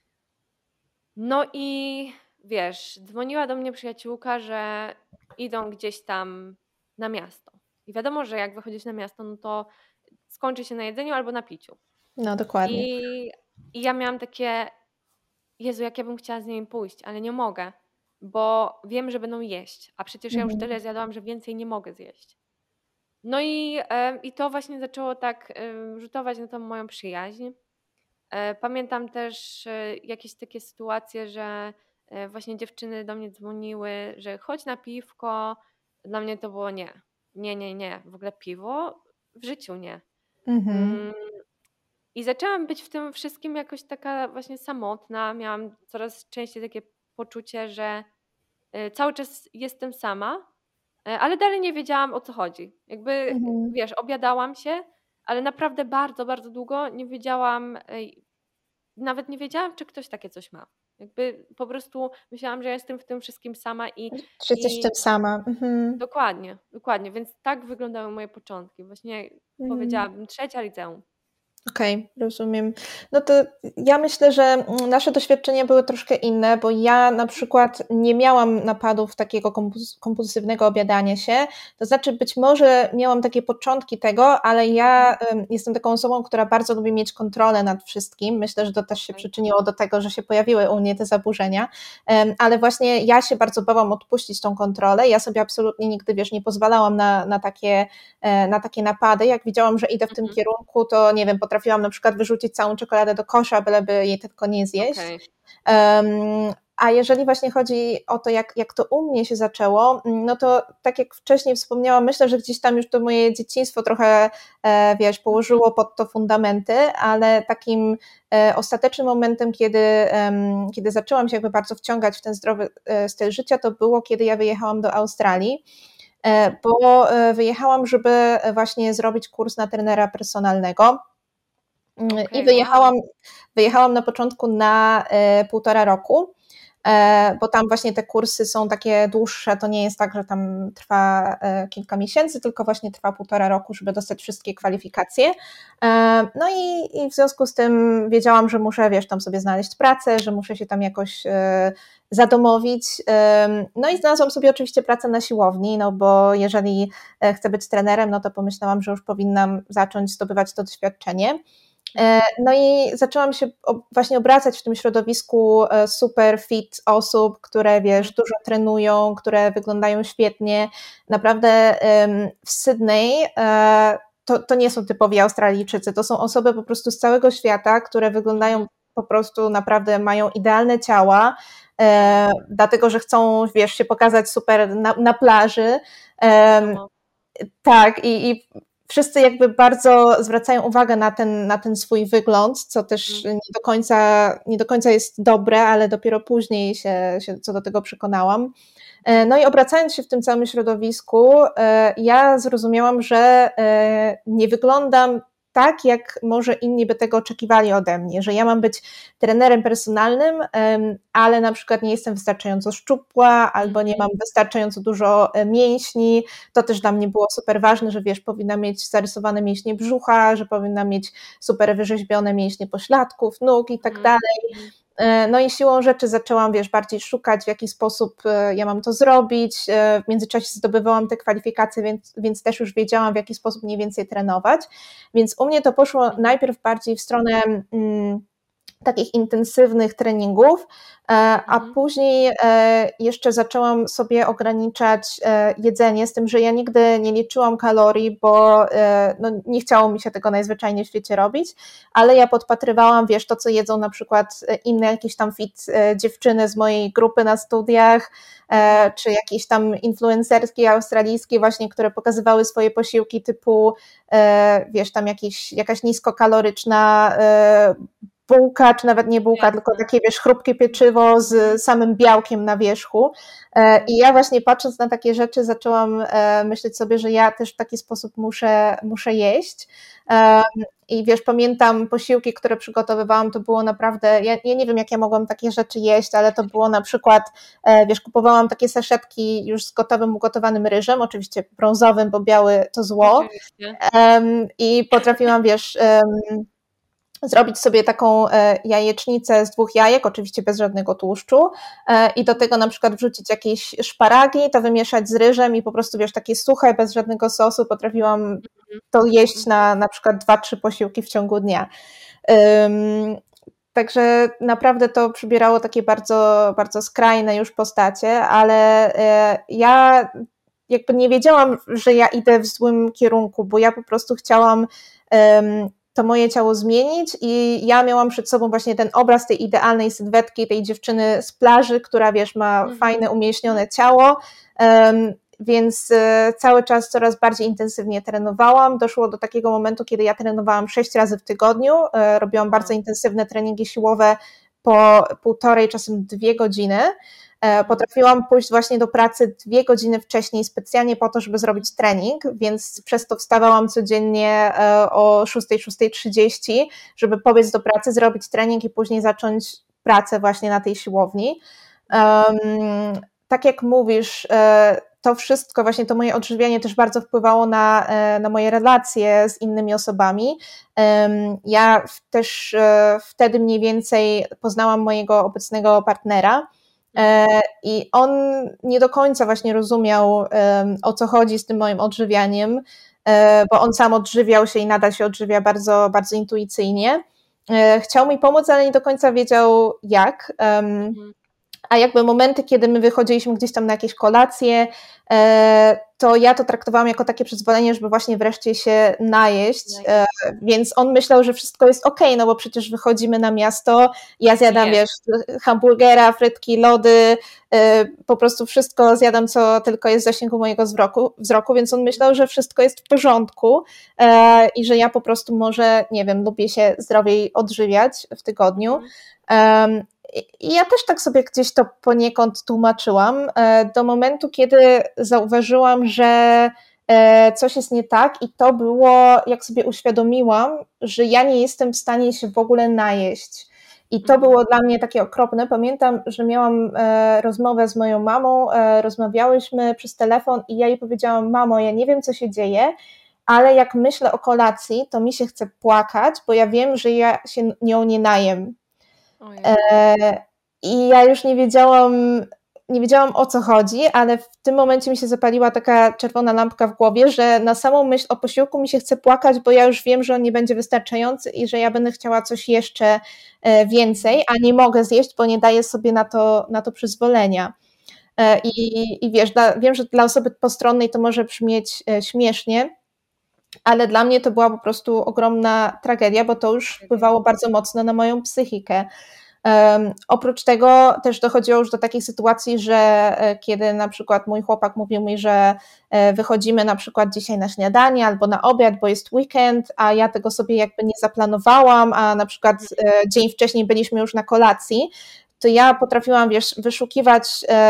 No i wiesz, dzwoniła do mnie przyjaciółka, że idą gdzieś tam na miasto. I wiadomo, że jak wychodzisz na miasto, no to skończy się na jedzeniu albo na piciu. No dokładnie. I, I ja miałam takie, Jezu, jak ja bym chciała z nimi pójść, ale nie mogę, bo wiem, że będą jeść, a przecież ja już Mhm. tyle zjadłam, że więcej nie mogę zjeść. No i, e, i to właśnie zaczęło tak e, rzutować na tą moją przyjaźń. E, Pamiętam też e, jakieś takie sytuacje, że e, właśnie dziewczyny do mnie dzwoniły, że chodź na piwko. Dla mnie to było nie. Nie, nie, nie. W ogóle piwo? W życiu nie. Mhm. Mm, I zaczęłam być w tym wszystkim jakoś taka właśnie samotna. Miałam coraz częściej takie poczucie, że e, cały czas jestem sama, e, ale dalej nie wiedziałam, o co chodzi. Jakby, Mhm. wiesz, obiadałam się, ale naprawdę bardzo, bardzo długo nie wiedziałam, ej, nawet nie wiedziałam, czy ktoś takie coś ma. Jakby po prostu myślałam, że ja jestem w tym wszystkim sama i, Czy jesteś w tym i sama? Mhm. dokładnie, dokładnie. Więc tak wyglądały moje początki. Właśnie Mhm. powiedziałabym trzecia liceum. Okej, okay, rozumiem. No to ja myślę, że mm, nasze doświadczenia były troszkę inne, bo ja na przykład nie miałam napadów takiego kompuls- kompulsywnego obiadania się. To znaczy być może miałam takie początki tego, ale ja um, jestem taką osobą, która bardzo lubi mieć kontrolę nad wszystkim. Myślę, że to też się Okay. przyczyniło do tego, że się pojawiły u mnie te zaburzenia, um, ale właśnie ja się bardzo bałam odpuścić tą kontrolę. Ja sobie absolutnie nigdy, wiesz, nie pozwalałam na, na, takie, na takie napady. Jak widziałam, że idę w tym Mhm. kierunku, to nie wiem, potrafiłam na przykład wyrzucić całą czekoladę do kosza, byleby jej tylko nie zjeść. Okay. Um, a jeżeli właśnie chodzi o to, jak, jak to u mnie się zaczęło, no to tak jak wcześniej wspomniałam, myślę, że gdzieś tam już to moje dzieciństwo trochę, e, wiesz, położyło pod to fundamenty, ale takim e, ostatecznym momentem, kiedy, e, kiedy zaczęłam się jakby bardzo wciągać w ten zdrowy e, styl życia, to było, kiedy ja wyjechałam do Australii, e, bo e, wyjechałam, żeby właśnie zrobić kurs na trenera personalnego. Okay, I wyjechałam, wow. wyjechałam na początku na e, półtora roku, e, bo tam właśnie te kursy są takie dłuższe, to nie jest tak, że tam trwa e, kilka miesięcy, tylko właśnie trwa półtora roku, żeby dostać wszystkie kwalifikacje. E, no i, i w związku z tym wiedziałam, że muszę, wiesz, tam sobie znaleźć pracę, że muszę się tam jakoś e, zadomowić. E, no i znalazłam sobie oczywiście pracę na siłowni, no bo jeżeli chcę być trenerem, no to pomyślałam, że już powinnam zacząć zdobywać to doświadczenie. No i zaczęłam się właśnie obracać w tym środowisku super fit osób, które, wiesz, dużo trenują, które wyglądają świetnie. Naprawdę w Sydney to, to nie są typowi Australijczycy, to są osoby po prostu z całego świata, które wyglądają po prostu naprawdę, mają idealne ciała, dlatego, że chcą, wiesz, się pokazać super na, na plaży. Tak, i, i wszyscy jakby bardzo zwracają uwagę na ten, na ten swój wygląd, co też nie do końca, nie do końca jest dobre, ale dopiero później się, się co do tego przekonałam. No i obracając się w tym całym środowisku, ja zrozumiałam, że nie wyglądam tak, jak może inni by tego oczekiwali ode mnie, że ja mam być trenerem personalnym, ale na przykład nie jestem wystarczająco szczupła, albo nie mam wystarczająco dużo mięśni. To też dla mnie było super ważne, że wiesz, powinna mieć zarysowane mięśnie brzucha, że powinna mieć super wyrzeźbione mięśnie pośladków, nóg i tak dalej. No i siłą rzeczy zaczęłam, wiesz, bardziej szukać, w jaki sposób ja mam to zrobić. W międzyczasie zdobywałam te kwalifikacje, więc, więc też już wiedziałam, w jaki sposób mniej więcej trenować. Więc u mnie to poszło najpierw bardziej w stronę mm, takich intensywnych treningów, a mhm. później jeszcze zaczęłam sobie ograniczać jedzenie, z tym, że ja nigdy nie liczyłam kalorii, bo no, nie chciało mi się tego najzwyczajniej w świecie robić, ale ja podpatrywałam, wiesz, to co jedzą na przykład inne jakieś tam fit dziewczyny z mojej grupy na studiach, czy jakieś tam influencerki australijskie właśnie, które pokazywały swoje posiłki typu, wiesz, tam jakieś, jakaś niskokaloryczna bułka, czy nawet nie bułka, tylko takie, wiesz, chrupkie pieczywo z samym białkiem na wierzchu. I ja właśnie patrząc na takie rzeczy zaczęłam myśleć sobie, że ja też w taki sposób muszę, muszę jeść. I wiesz, pamiętam posiłki, które przygotowywałam, to było naprawdę, ja, ja nie wiem jak ja mogłam takie rzeczy jeść, ale to było na przykład, wiesz, kupowałam takie saszetki już z gotowym, ugotowanym ryżem, oczywiście brązowym, bo biały to zło. Oczywiście. I potrafiłam, wiesz, zrobić sobie taką jajecznicę z dwóch jajek, oczywiście bez żadnego tłuszczu, i do tego na przykład wrzucić jakieś szparagi, to wymieszać z ryżem i po prostu, wiesz, takie suche, bez żadnego sosu, potrafiłam to jeść na na przykład dwa, trzy posiłki w ciągu dnia. Um, Także naprawdę to przybierało takie bardzo, bardzo skrajne już postacie, ale ja jakby nie wiedziałam, że ja idę w złym kierunku, bo ja po prostu chciałam um, to moje ciało zmienić i ja miałam przed sobą właśnie ten obraz tej idealnej sylwetki, tej dziewczyny z plaży, która, wiesz, ma mhm. fajne, umięśnione ciało, um, więc cały czas coraz bardziej intensywnie trenowałam. Doszło do takiego momentu, kiedy ja trenowałam sześć razy w tygodniu, robiłam bardzo intensywne treningi siłowe po półtorej, czasem dwie godziny. Potrafiłam pójść właśnie do pracy dwie godziny wcześniej specjalnie po to, żeby zrobić trening, więc przez to wstawałam codziennie o szósta, szósta trzydzieści, żeby pobiec do pracy, zrobić trening i później zacząć pracę właśnie na tej siłowni. Um, tak jak mówisz, to wszystko, właśnie to moje odżywianie też bardzo wpływało na, na moje relacje z innymi osobami. Ja też wtedy mniej więcej poznałam mojego obecnego partnera i on nie do końca właśnie rozumiał, o co chodzi z tym moim odżywianiem, bo on sam odżywiał się i nadal się odżywia bardzo, bardzo intuicyjnie. Chciał mi pomóc, ale nie do końca wiedział jak. Mhm. A jakby momenty, kiedy my wychodziliśmy gdzieś tam na jakieś kolacje, to ja to traktowałam jako takie przyzwolenie, żeby właśnie wreszcie się najeść, więc on myślał, że wszystko jest okej, no bo przecież wychodzimy na miasto, ja zjadam, wiesz, hamburgera, frytki, lody, po prostu wszystko zjadam, co tylko jest w zasięgu mojego wzroku, wzroku, więc on myślał, że wszystko jest w porządku i że ja po prostu może, nie wiem, lubię się zdrowiej odżywiać w tygodniu. I ja też tak sobie gdzieś to poniekąd tłumaczyłam, do momentu, kiedy zauważyłam, że coś jest nie tak i to było, jak sobie uświadomiłam, że ja nie jestem w stanie się w ogóle najeść. I to było dla mnie takie okropne. Pamiętam, że miałam rozmowę z moją mamą, rozmawiałyśmy przez telefon i ja jej powiedziałam: mamo, ja nie wiem, co się dzieje, ale jak myślę o kolacji, to mi się chce płakać, bo ja wiem, że ja się nią nie najem. E, I ja już nie wiedziałam, nie wiedziałam o co chodzi, ale w tym momencie mi się zapaliła taka czerwona lampka w głowie, że na samą myśl o posiłku mi się chce płakać, bo ja już wiem, że on nie będzie wystarczający i że ja będę chciała coś jeszcze więcej, a nie mogę zjeść, bo nie daję sobie na to, na to przyzwolenia. I, i wiesz, dla, wiem, że dla osoby postronnej to może brzmieć śmiesznie, ale dla mnie to była po prostu ogromna tragedia, bo to już wpływało bardzo mocno na moją psychikę. Um, oprócz tego też dochodziło już do takiej sytuacji, że kiedy na przykład mój chłopak mówił mi, że wychodzimy na przykład dzisiaj na śniadanie albo na obiad, bo jest weekend, a ja tego sobie jakby nie zaplanowałam, a na przykład dzień wcześniej byliśmy już na kolacji, to ja potrafiłam, wiesz, wyszukiwać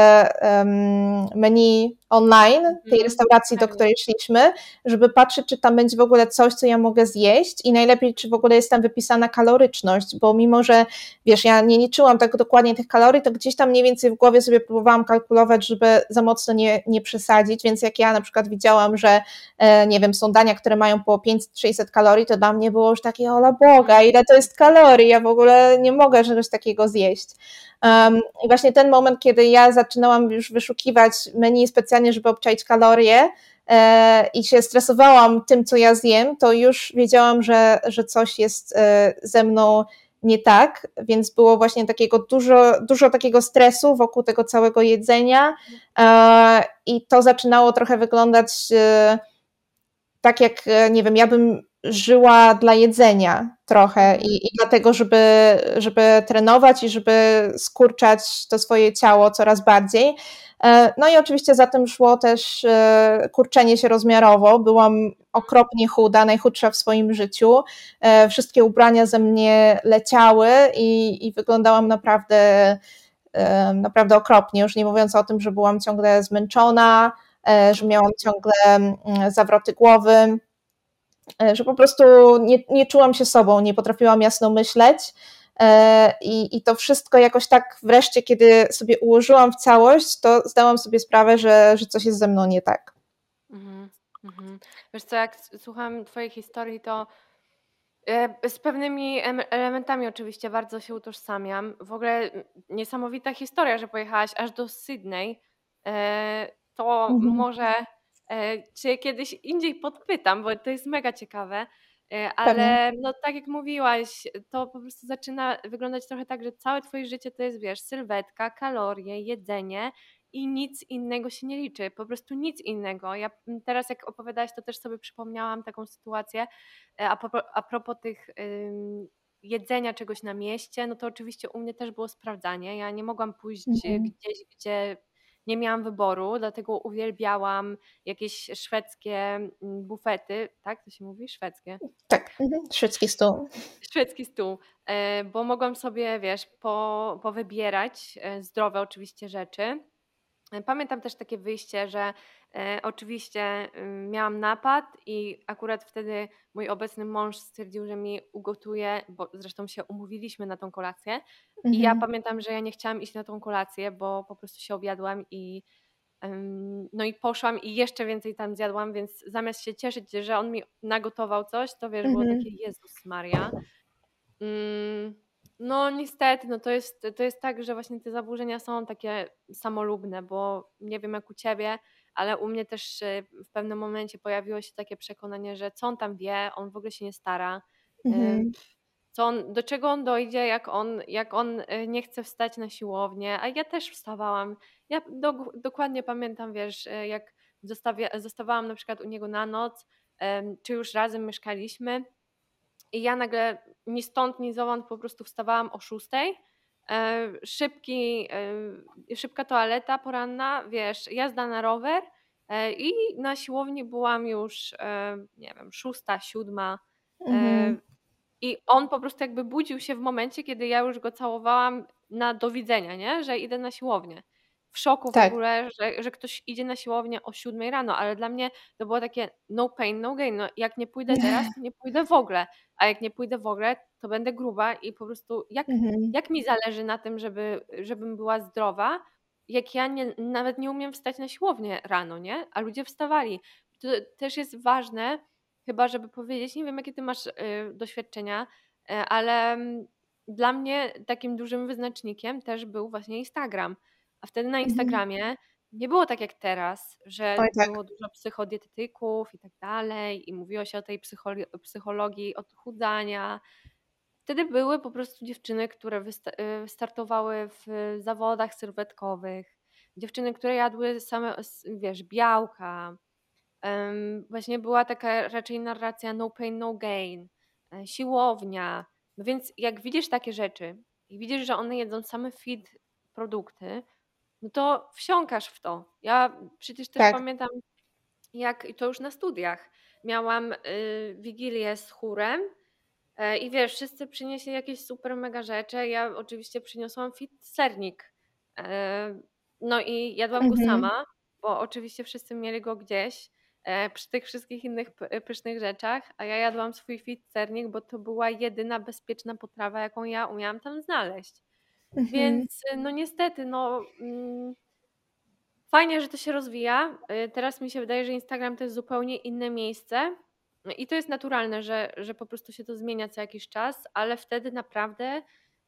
menu online tej restauracji, do której szliśmy, żeby patrzeć, czy tam będzie w ogóle coś, co ja mogę zjeść i najlepiej, czy w ogóle jest tam wypisana kaloryczność, bo mimo, że wiesz, ja nie liczyłam tak dokładnie tych kalorii, to gdzieś tam mniej więcej w głowie sobie próbowałam kalkulować, żeby za mocno nie, nie przesadzić, więc jak ja na przykład widziałam, że nie wiem, są dania, które mają po pięćset sześćset kalorii, to dla mnie było już takie, ola Boga, ile to jest kalorii, ja w ogóle nie mogę czegoś takiego zjeść. Um, I właśnie ten moment, kiedy ja zaczynałam już wyszukiwać menu specjalnie, żeby obczaić kalorie e, i się stresowałam tym, co ja zjem, to już wiedziałam, że, że coś jest e, ze mną nie tak, więc było właśnie takiego dużo, dużo takiego stresu wokół tego całego jedzenia i to zaczynało trochę wyglądać tak jak, nie wiem, ja bym żyła dla jedzenia trochę i, i dlatego, żeby, żeby trenować i żeby skurczać to swoje ciało coraz bardziej. No i oczywiście za tym szło też kurczenie się rozmiarowo. Byłam okropnie chuda, najchudsza w swoim życiu. Wszystkie ubrania ze mnie leciały i, i wyglądałam naprawdę, naprawdę okropnie, już nie mówiąc o tym, że byłam ciągle zmęczona, że miałam ciągle zawroty głowy, że po prostu nie, nie czułam się sobą, nie potrafiłam jasno myśleć i, i to wszystko jakoś tak wreszcie, kiedy sobie ułożyłam w całość, to zdałam sobie sprawę, że, że coś jest ze mną nie tak. Mhm, mhm. Wiesz co, jak słucham twojej historii, to z pewnymi elementami oczywiście bardzo się utożsamiam. W ogóle niesamowita historia, że pojechałaś aż do Sydney. To mhm. może cię kiedyś indziej podpytam, bo to jest mega ciekawe, ale no tak jak mówiłaś, to po prostu zaczyna wyglądać trochę tak, że całe twoje życie to jest, wiesz, sylwetka, kalorie, jedzenie i nic innego się nie liczy, po prostu nic innego. Ja teraz jak opowiadałaś, to też sobie przypomniałam taką sytuację a, po, a propos tych ym, jedzenia czegoś na mieście, no to oczywiście u mnie też było sprawdzanie. Ja nie mogłam pójść mhm. gdzieś, gdzie nie miałam wyboru, dlatego uwielbiałam jakieś szwedzkie bufety, tak to się mówi? Szwedzkie? Tak, mhm. szwedzki stół. Szwedzki stół, bo mogłam sobie, wiesz, po, powybierać zdrowe oczywiście rzeczy. Pamiętam też takie wyjście, że e, oczywiście y, miałam napad i akurat wtedy mój obecny mąż stwierdził, że mi ugotuje, bo zresztą się umówiliśmy na tą kolację mhm. i ja pamiętam, że ja nie chciałam iść na tą kolację, bo po prostu się objadłam i ym, no i poszłam i jeszcze więcej tam zjadłam, więc zamiast się cieszyć, że on mi nagotował coś, to wiesz, mhm. było takie Jezus Maria. Ym, No niestety, no to jest, to jest tak, że właśnie te zaburzenia są takie samolubne, bo nie wiem jak u ciebie, ale u mnie też w pewnym momencie pojawiło się takie przekonanie, że co on tam wie, on w ogóle się nie stara, mhm. co on, do czego on dojdzie, jak on, jak on nie chce wstać na siłownię, a ja też wstawałam. Ja do, dokładnie pamiętam, wiesz, jak zostawia, zostawałam na przykład u niego na noc, czy już razem mieszkaliśmy, i ja nagle ni stąd, ni zowąd po prostu wstawałam o szóstej, e, szybki, e, szybka toaleta poranna, wiesz, jazda na rower e, i na siłowni byłam już, e, nie wiem, szósta, siódma mhm. e, i on po prostu jakby budził się w momencie, kiedy ja już go całowałam na do widzenia, nie? Że idę na siłownię. W szoku tak. w ogóle, że, że ktoś idzie na siłownię o siódmej rano, ale dla mnie to było takie no pain, no gain. No, jak nie pójdę teraz, to nie pójdę w ogóle, a jak nie pójdę w ogóle, to będę gruba i po prostu jak, mhm. jak mi zależy na tym, żeby, żebym była zdrowa, jak ja nie, nawet nie umiem wstać na siłownię rano, nie? A ludzie wstawali. To też jest ważne, chyba żeby powiedzieć, nie wiem jakie ty masz y, doświadczenia, y, ale y, dla mnie takim dużym wyznacznikiem też był właśnie Instagram. A wtedy na Instagramie mhm. nie było tak jak teraz, że Oj, tak. było dużo psychodietetyków i tak dalej i mówiło się o tej psycholo- psychologii odchudzania. Wtedy były po prostu dziewczyny, które wysta- startowały w zawodach sylwetkowych, dziewczyny, które jadły same, wiesz, białka. Um, właśnie była taka raczej narracja no pain, no gain, siłownia. No więc jak widzisz takie rzeczy i widzisz, że one jedzą same fit produkty, no to wsiąkasz w to. Ja przecież też tak. pamiętam, jak to już na studiach miałam y, wigilię z chórem y, i wiesz, wszyscy przynieśli jakieś super mega rzeczy. Ja oczywiście przyniosłam fit sernik. Y, no i jadłam mhm. go sama, bo oczywiście wszyscy mieli go gdzieś y, przy tych wszystkich innych p- pysznych rzeczach, a ja jadłam swój fit sernik, bo to była jedyna bezpieczna potrawa, jaką ja umiałam tam znaleźć. Mhm. Więc no niestety, no mm, fajnie, że to się rozwija. Teraz mi się wydaje, że Instagram to jest zupełnie inne miejsce i to jest naturalne, że, że po prostu się to zmienia co jakiś czas, ale wtedy naprawdę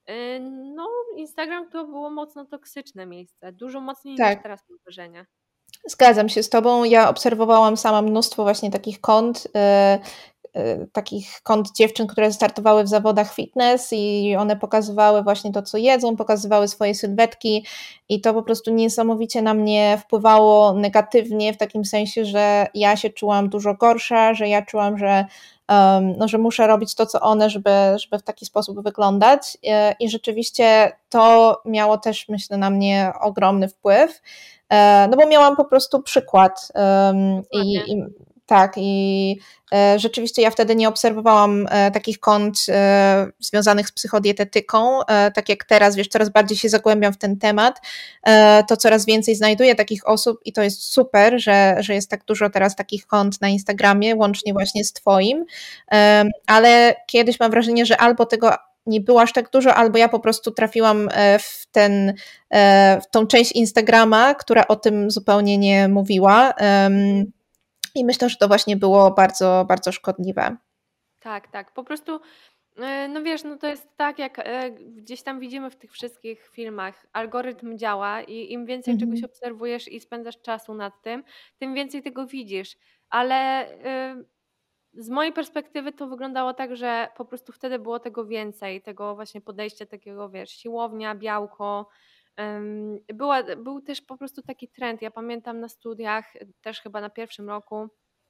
no Instagram to było mocno toksyczne miejsce, dużo mocniej tak. niż teraz mam wrażenie. Zgadzam się z tobą. Ja obserwowałam sama mnóstwo właśnie takich kont, takich kont dziewczyn, które startowały w zawodach fitness i one pokazywały właśnie to, co jedzą, pokazywały swoje sylwetki i to po prostu niesamowicie na mnie wpływało negatywnie w takim sensie, że ja się czułam dużo gorsza, że ja czułam, że Um, no, że muszę robić to, co one, żeby, żeby w taki sposób wyglądać i rzeczywiście to miało też, myślę, na mnie ogromny wpływ, no bo miałam po prostu przykład um, i, i tak i e, rzeczywiście ja wtedy nie obserwowałam e, takich kont e, związanych z psychodietetyką, e, tak jak teraz, wiesz, coraz bardziej się zagłębiam w ten temat, e, to coraz więcej znajduję takich osób i to jest super, że, że jest tak dużo teraz takich kont na Instagramie, łącznie właśnie z twoim, e, ale kiedyś mam wrażenie, że albo tego nie było aż tak dużo, albo ja po prostu trafiłam w, ten, w tą część Instagrama, która o tym zupełnie nie mówiła. I myślę, że to właśnie było bardzo, bardzo szkodliwe. Tak, tak. Po prostu, no wiesz, no to jest tak, jak gdzieś tam widzimy w tych wszystkich filmach, algorytm działa i im więcej mhm. czegoś obserwujesz i spędzasz czasu nad tym, tym więcej tego widzisz. Ale z mojej perspektywy to wyglądało tak, że po prostu wtedy było tego więcej, tego właśnie podejścia takiego, wiesz, siłownia, białko. Była, był też po prostu taki trend. Ja pamiętam na studiach, też chyba na pierwszym roku,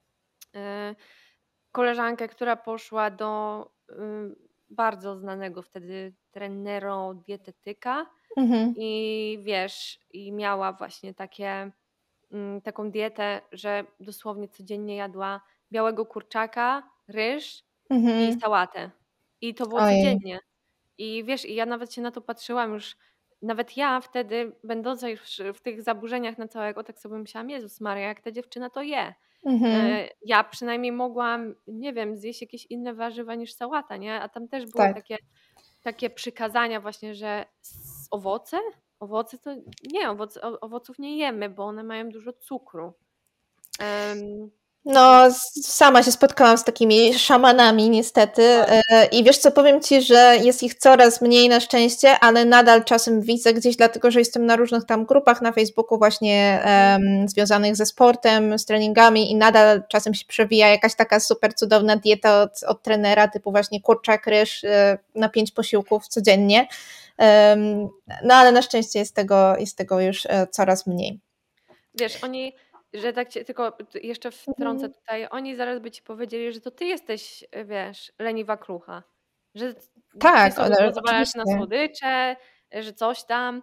koleżankę, która poszła do bardzo znanego wtedy trenero dietetyka mhm. i wiesz, i miała właśnie takie, taką dietę, że dosłownie codziennie jadła białego kurczaka, ryż mhm. i sałatę. I to było Ojej. codziennie. I wiesz, i ja nawet się na to patrzyłam już, nawet ja wtedy, będąca już w tych zaburzeniach na całego, tak sobie myślałam, Jezus Maria, jak ta dziewczyna to je. Mhm. Ja przynajmniej mogłam, nie wiem, zjeść jakieś inne warzywa niż sałata, nie? A tam też były tak. takie, takie przykazania właśnie, że owoce? Owoce to nie, owoc, owoców nie jemy, bo one mają dużo cukru. Um, No, sama się spotkałam z takimi szamanami niestety i wiesz co, powiem Ci, że jest ich coraz mniej na szczęście, ale nadal czasem widzę gdzieś, dlatego że jestem na różnych tam grupach na Facebooku właśnie um, związanych ze sportem, z treningami i nadal czasem się przewija jakaś taka super cudowna dieta od, od trenera typu właśnie kurczak, ryż na pięć posiłków codziennie, um, no ale na szczęście jest tego, jest tego już coraz mniej. Wiesz, oni... Że tak cię tylko jeszcze wtrącę tutaj, oni zaraz by ci powiedzieli, że to ty jesteś, wiesz, leniwa krucha. Że tak, ty sobie pozwalasz na słodycze, że coś tam.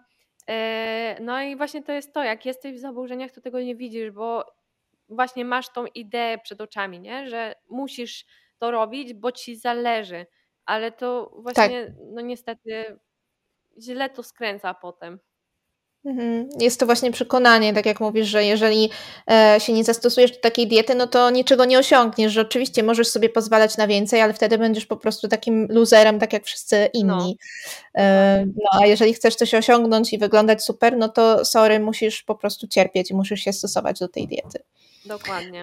No i właśnie to jest to, jak jesteś w zaburzeniach, to tego nie widzisz, bo właśnie masz tą ideę przed oczami, nie? Że musisz to robić, bo ci zależy. Ale to właśnie, tak. no niestety źle to skręca potem. Jest to właśnie przekonanie, tak jak mówisz, że jeżeli się nie zastosujesz do takiej diety, no to niczego nie osiągniesz, że oczywiście możesz sobie pozwalać na więcej, ale wtedy będziesz po prostu takim loserem, tak jak wszyscy inni. No, no a jeżeli chcesz coś osiągnąć i wyglądać super, no to sorry, musisz po prostu cierpieć i musisz się stosować do tej diety. Dokładnie.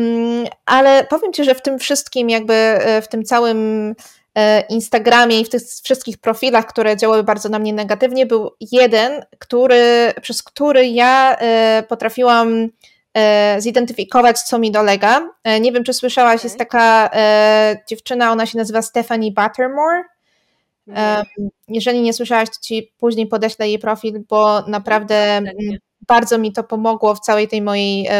Ale powiem Ci, że w tym wszystkim jakby, w tym całym Instagramie i w tych wszystkich profilach, które działały bardzo na mnie negatywnie, był jeden, który, przez który ja potrafiłam zidentyfikować, co mi dolega. Nie wiem, czy słyszałaś, okay. Jest taka dziewczyna, ona się nazywa Stephanie Buttermore. Nie. Jeżeli nie słyszałaś, to Ci później podeślę jej profil, bo naprawdę nie. bardzo mi to pomogło w całej tej mojej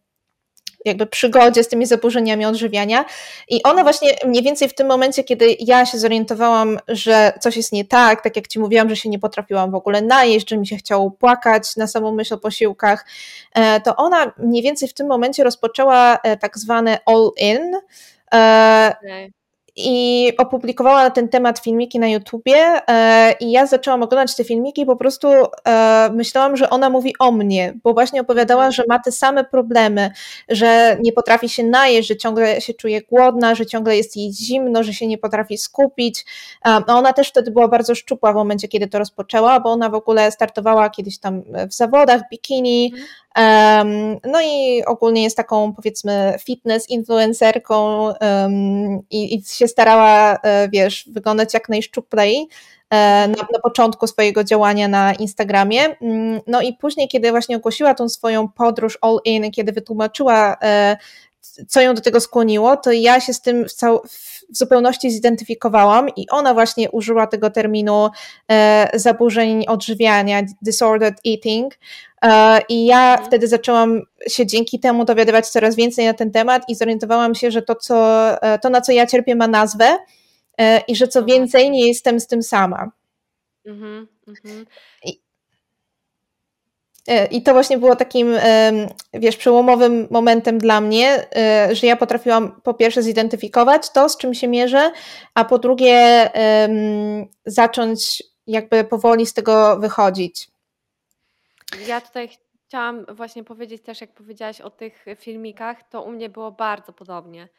jakby przygodzie z tymi zaburzeniami odżywiania i ona właśnie mniej więcej w tym momencie, kiedy ja się zorientowałam, że coś jest nie tak, tak jak Ci mówiłam, że się nie potrafiłam w ogóle najeść, że mi się chciało płakać na samą myśl o posiłkach, to ona mniej więcej w tym momencie rozpoczęła tak zwane all-in okay. i opublikowała na ten temat filmiki na YouTubie i ja zaczęłam oglądać te filmiki i po prostu myślałam, że ona mówi o mnie, bo właśnie opowiadała, że ma te same problemy, że nie potrafi się najeść, że ciągle się czuje głodna, że ciągle jest jej zimno, że się nie potrafi skupić. No ona też wtedy była bardzo szczupła w momencie, kiedy to rozpoczęła, bo ona w ogóle startowała kiedyś tam w zawodach, bikini, Um, no i ogólnie jest taką, powiedzmy, fitness influencerką um, i, i się starała, wiesz, wyglądać jak najszczuplej na, na początku swojego działania na Instagramie. No i później, kiedy właśnie ogłosiła tą swoją podróż all in, kiedy wytłumaczyła co ją do tego skłoniło, to ja się z tym w, cał- w zupełności zidentyfikowałam i ona właśnie użyła tego terminu e, zaburzeń odżywiania, disordered eating, e, i ja Mhm. wtedy zaczęłam się dzięki temu dowiadywać coraz więcej na ten temat i zorientowałam się, że to, co, e, to na co ja cierpię, ma nazwę e, i że co No więcej, właśnie. nie jestem z tym sama. Mhm, mhm. I, e, I to właśnie było takim, em, wiesz, przełomowym momentem dla mnie, e, że ja potrafiłam po pierwsze zidentyfikować to, z czym się mierzę, a po drugie em, zacząć jakby powoli z tego wychodzić. Ja tutaj chciałam właśnie powiedzieć też, jak powiedziałaś o tych filmikach, to u mnie było bardzo podobnie.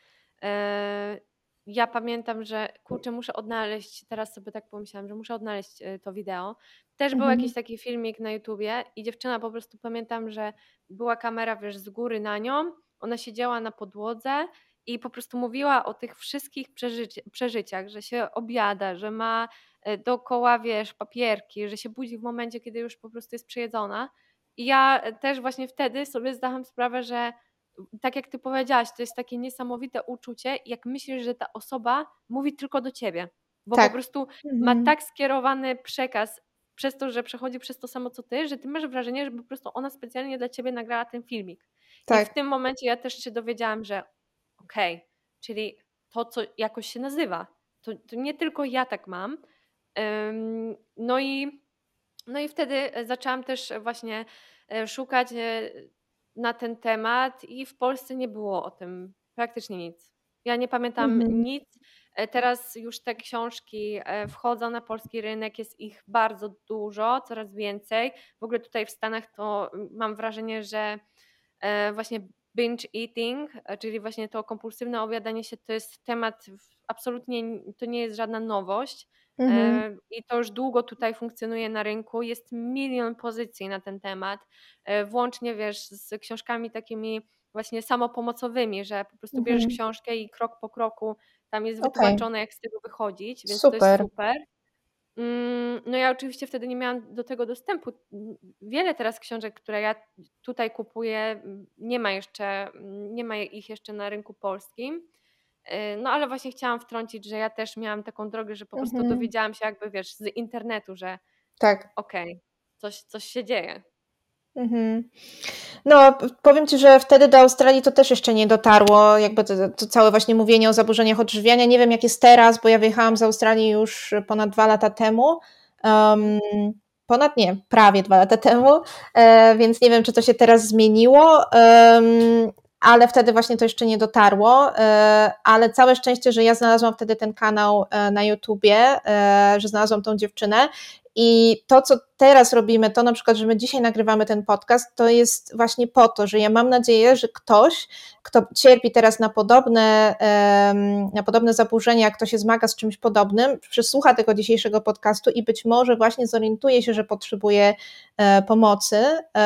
E, Ja pamiętam, że kurczę, muszę odnaleźć, teraz sobie tak pomyślałam, że muszę odnaleźć e, to wideo. Też był jakiś Mhm. taki filmik na YouTubie i dziewczyna po prostu pamiętam, że była kamera, wiesz, z góry na nią, ona siedziała na podłodze i po prostu mówiła o tych wszystkich przeżyci przeżyciach, że się objada, że ma e, dookoła, wiesz, papierki, że się budzi w momencie, kiedy już po prostu jest przejedzona. I ja e, też właśnie wtedy sobie zdałam sprawę, że tak jak ty powiedziałaś, to jest takie niesamowite uczucie, jak myślisz, że ta osoba mówi tylko do ciebie, bo po Tak. prostu ma Mhm. tak skierowany przekaz przez to, że przechodzi przez to samo co ty, że ty masz wrażenie, że po prostu ona specjalnie dla ciebie nagrała ten filmik. I w Tak. tym momencie ja też się dowiedziałam, że okej, okay, czyli to, co jakoś się nazywa, to, to nie tylko ja tak mam. Ym, No i, no i wtedy zaczęłam też właśnie e, szukać e, na ten temat i w Polsce nie było o tym praktycznie nic. Ja nie pamiętam Mhm. nic. E, Teraz już te książki e, wchodzą na polski rynek, jest ich bardzo dużo, coraz więcej. W ogóle tutaj w Stanach to mm, mam wrażenie, że e, właśnie binge eating, e, czyli właśnie to kompulsywne obiadanie się, to jest temat w- absolutnie, to nie jest żadna nowość. Mhm. E, I to już długo tutaj funkcjonuje na rynku. Jest milion pozycji na ten temat, e, włącznie wiesz z książkami takimi właśnie samopomocowymi, że po prostu bierzesz Mhm. książkę i krok po kroku tam jest Okej. wytłumaczone, jak z tego wychodzić, więc to jest Super. super. Mm, No ja oczywiście wtedy nie miałam do tego dostępu. Mm, Wiele teraz książek, które ja tutaj kupuję, mm, nie ma jeszcze, mm, nie ma ich jeszcze na rynku polskim. Y, No ale właśnie chciałam wtrącić, że ja też miałam taką drogę, że po prostu Mhm. dowiedziałam się jakby, wiesz, z internetu, że Tak. okej, coś, coś się dzieje. Mhm. No, p- powiem Ci, że wtedy do Australii to też jeszcze nie dotarło, jakby to, to całe właśnie mówienie o zaburzeniach odżywiania. Nie wiem, jak jest teraz, bo ja wyjechałam z Australii już ponad dwa lata temu. Mhm. Um, ponad nie, prawie dwa lata temu, e, więc nie wiem, czy to się teraz zmieniło, um, ale wtedy właśnie to jeszcze nie dotarło, e, ale całe szczęście, że ja znalazłam wtedy ten kanał e, na YouTubie, e, że znalazłam tą dziewczynę i to, co teraz robimy, to na przykład, że my dzisiaj nagrywamy ten podcast, to jest właśnie po to, że ja mam nadzieję, że ktoś, kto cierpi teraz na podobne, na podobne zaburzenia, kto się zmaga z czymś podobnym, przysłucha tego dzisiejszego podcastu i być może właśnie zorientuje się, że potrzebuje pomocy,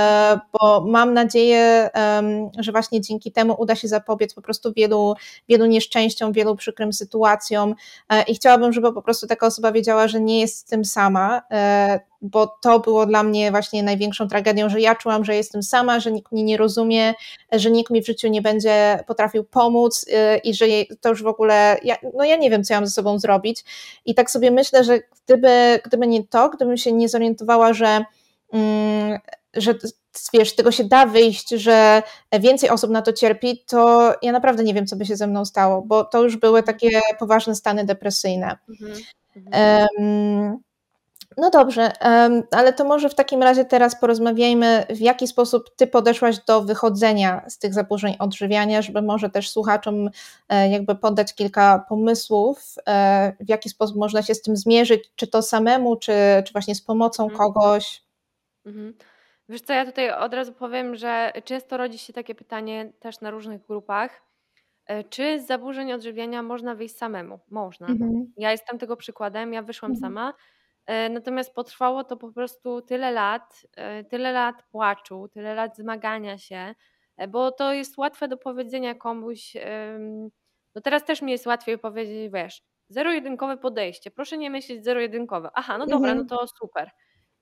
bo mam nadzieję, że właśnie dzięki temu uda się zapobiec po prostu wielu, wielu nieszczęściom, wielu przykrym sytuacjom i chciałabym, żeby po prostu taka osoba wiedziała, że nie jest z tym sama, bo to było dla mnie właśnie największą tragedią, że ja czułam, że jestem sama, że nikt mnie nie rozumie, że nikt mi w życiu nie będzie potrafił pomóc i że to już w ogóle, ja, no ja nie wiem, co ja mam ze sobą zrobić i tak sobie myślę, że gdyby, gdyby nie to, gdybym się nie zorientowała, że, mm, że wiesz, z tego się da wyjść, że więcej osób na to cierpi, to ja naprawdę nie wiem, co by się ze mną stało, bo to już były takie poważne stany depresyjne. Mhm. Mhm. Um, no dobrze, ale to może w takim razie teraz porozmawiajmy, w jaki sposób Ty podeszłaś do wychodzenia z tych zaburzeń odżywiania, żeby może też słuchaczom jakby podać kilka pomysłów, w jaki sposób można się z tym zmierzyć, czy to samemu, czy, czy właśnie z pomocą Mhm. kogoś. Mhm. Wiesz co, ja tutaj od razu powiem, że często rodzi się takie pytanie też na różnych grupach, e, czy z zaburzeń odżywiania można wyjść samemu? Można. Mhm. Ja jestem tego przykładem, ja wyszłam Mhm. sama, e, natomiast potrwało to po prostu tyle lat, e, tyle lat płaczu, tyle lat zmagania się, e, bo to jest łatwe do powiedzenia komuś, em, no teraz też mi jest łatwiej powiedzieć, wiesz, zero-jedynkowe podejście, proszę nie myśleć zero-jedynkowe. Aha, no dobra, no Mhm. to super.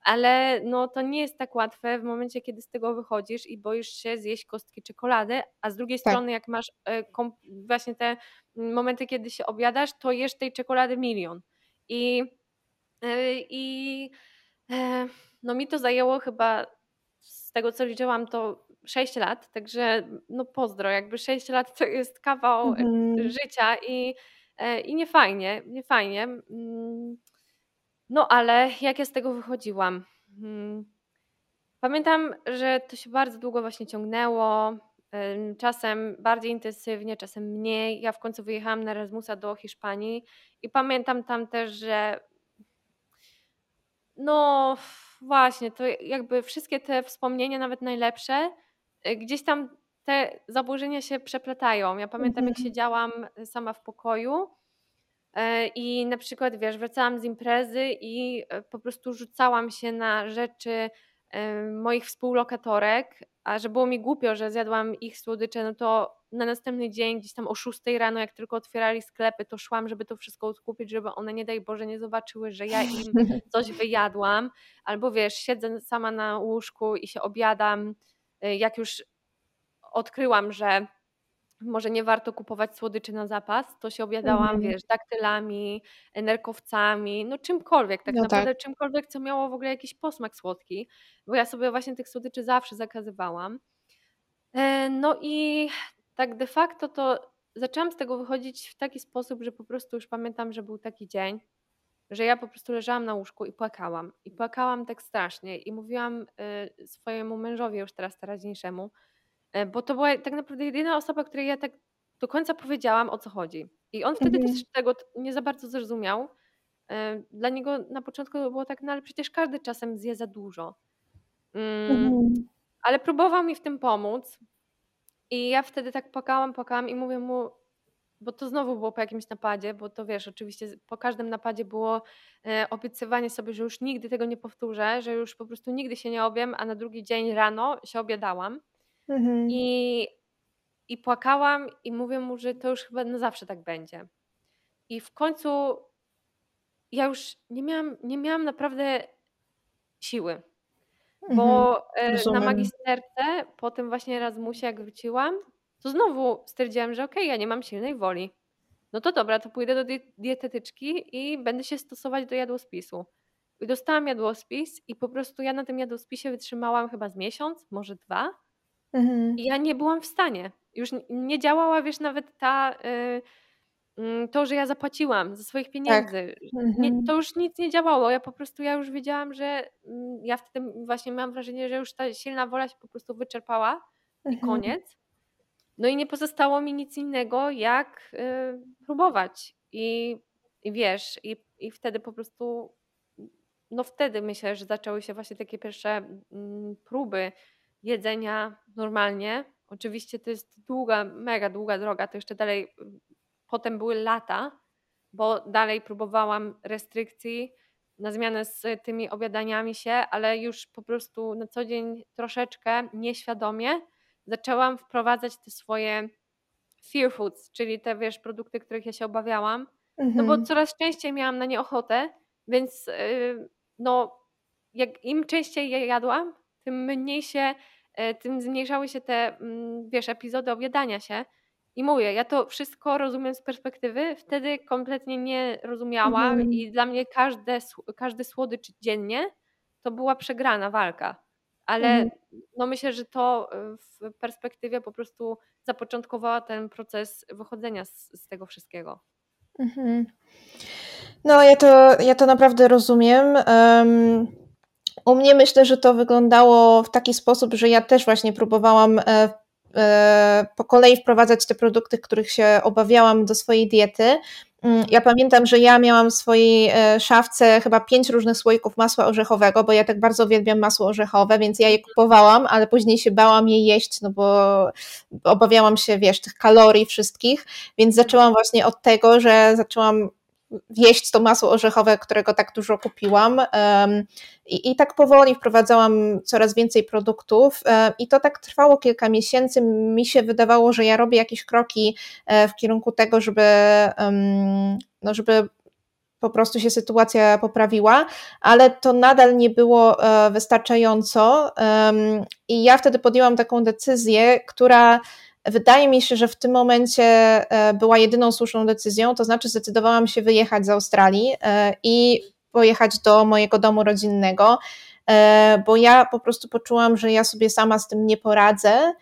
ale no to nie jest tak łatwe w momencie, kiedy z tego wychodzisz i boisz się zjeść kostki czekolady, a z drugiej Tak. strony jak masz e, kom- właśnie te momenty, kiedy się objadasz, to jesz tej czekolady milion. I, e, i e, no mi to zajęło chyba, z tego co liczyłam, to sześć lat, także no pozdro, jakby sześć lat to jest kawał e, Mhm. życia i, e, i nie fajnie, nie fajnie. Mm, No ale jak ja z tego wychodziłam? Hmm. Pamiętam, że to się bardzo długo właśnie ciągnęło, ym, czasem bardziej intensywnie, czasem mniej. Ja w końcu wyjechałam na Erasmusa do Hiszpanii i pamiętam tam też, że no właśnie, to jakby wszystkie te wspomnienia, nawet najlepsze, y, gdzieś tam te zaburzenia się przeplatają. Ja pamiętam, jak Mhm. siedziałam sama w pokoju e, i na przykład, wiesz, wracałam z imprezy i e, po prostu rzucałam się na rzeczy e, moich współlokatorek, a że było mi głupio, że zjadłam ich słodycze, no to na następny dzień, gdzieś tam o szóstej rano, jak tylko otwierali sklepy, to szłam, żeby to wszystko odkupić, żeby one, nie daj Boże, nie zobaczyły, że ja im coś wyjadłam. Albo wiesz, siedzę sama na łóżku i się obiadam, e, jak już odkryłam, że może nie warto kupować słodyczy na zapas, to się obiadałam, Mhm. wiesz, daktylami, nerkowcami, no czymkolwiek, tak No tak. naprawdę czymkolwiek, co miało w ogóle jakiś posmak słodki, bo ja sobie właśnie tych słodyczy zawsze zakazywałam. E, No i tak de facto to zaczęłam z tego wychodzić w taki sposób, że po prostu już pamiętam, że był taki dzień, że ja po prostu leżałam na łóżku i płakałam. I płakałam tak strasznie i mówiłam y, swojemu mężowi, już teraz teraźniejszemu, E, bo to była tak naprawdę jedyna osoba, której ja tak do końca powiedziałam, o co chodzi. I on wtedy Mhm. też tego t- nie za bardzo zrozumiał. E, Dla niego na początku to było tak, no ale przecież każdy czasem zje za dużo. Mm, Mhm. ale próbował mi w tym pomóc i ja wtedy tak płakałam, płakałam i mówię mu, bo to znowu było po jakimś napadzie, bo to wiesz, oczywiście z- po każdym napadzie było e, obiecywanie sobie, że już nigdy tego nie powtórzę, że już po prostu nigdy się nie obiem, a na drugi dzień rano się obiadałam. Mhm. I I płakałam i mówię mu, że to już chyba na zawsze tak będzie. I w końcu ja już nie miałam, nie miałam naprawdę siły, Mhm. bo e, na Rozumiem. magisterce, po tym właśnie Erasmusie, jak wróciłam, to znowu stwierdziłam, że okej, ja nie mam silnej woli. No to dobra, to pójdę do die- dietetyczki i będę się stosować do jadłospisu. I dostałam jadłospis i po prostu ja na tym jadłospisie wytrzymałam chyba z miesiąc, może dwa. Mhm. I ja nie byłam w stanie. Już n- nie działała, wiesz, nawet ta, y, mm, to, że ja zapłaciłam ze swoich Tak. pieniędzy. Nie, Mhm. to już nic nie działało. Ja po prostu, ja już wiedziałam, że mm, ja wtedy właśnie miałam wrażenie, że już ta silna wola się po prostu wyczerpała i Mhm. koniec. No i nie pozostało mi nic innego, jak y, próbować. I, i wiesz, i, i wtedy po prostu, no wtedy myślę, że zaczęły się właśnie takie pierwsze mm, próby jedzenia normalnie. Oczywiście to jest długa, mega długa droga, to jeszcze dalej, y, potem były lata, bo dalej próbowałam restrykcji na zmianę z tymi obiadaniami się, ale już po prostu na co dzień troszeczkę nieświadomie zaczęłam wprowadzać te swoje fear foods, czyli te, wiesz, produkty, których ja się obawiałam, no bo Mhm. coraz częściej miałam na nie ochotę, więc yy, no jak im częściej je jadłam, tym mniej się, yy, tym zmniejszały się te, mm, wiesz, epizody objadania się. I mówię, ja to wszystko rozumiem z perspektywy, wtedy kompletnie nie rozumiałam Mhm. i dla mnie każde, sł- każdy słodycz dziennie to była przegrana walka. Mhm. Ale no myślę, że to y, w perspektywie po prostu zapoczątkowała ten proces wychodzenia z, z tego wszystkiego. Mhm. No, ja to, ja to naprawdę rozumiem. Um, u mnie myślę, że to wyglądało w taki sposób, że ja też właśnie próbowałam e, e, po kolei wprowadzać te produkty, których się obawiałam, do swojej diety. Mm, Ja pamiętam, że ja miałam w swojej e, szafce chyba pięć różnych słoików masła orzechowego, bo ja tak bardzo uwielbiam masło orzechowe, więc ja je kupowałam, ale później się bałam je jeść, no bo obawiałam się, wiesz, tych kalorii wszystkich, więc zaczęłam właśnie od tego, że zaczęłam jeść to masło orzechowe, którego tak dużo kupiłam. I, I tak powoli wprowadzałam coraz więcej produktów i to tak trwało kilka miesięcy. Mi się wydawało, że ja robię jakieś kroki w kierunku tego, żeby, no żeby po prostu się sytuacja poprawiła, ale to nadal nie było wystarczająco i ja wtedy podjęłam taką decyzję, która wydaje mi się, że w tym momencie była jedyną słuszną decyzją, to znaczy zdecydowałam się wyjechać z Australii i pojechać do mojego domu rodzinnego, bo ja po prostu poczułam, że ja sobie sama z tym nie poradzę.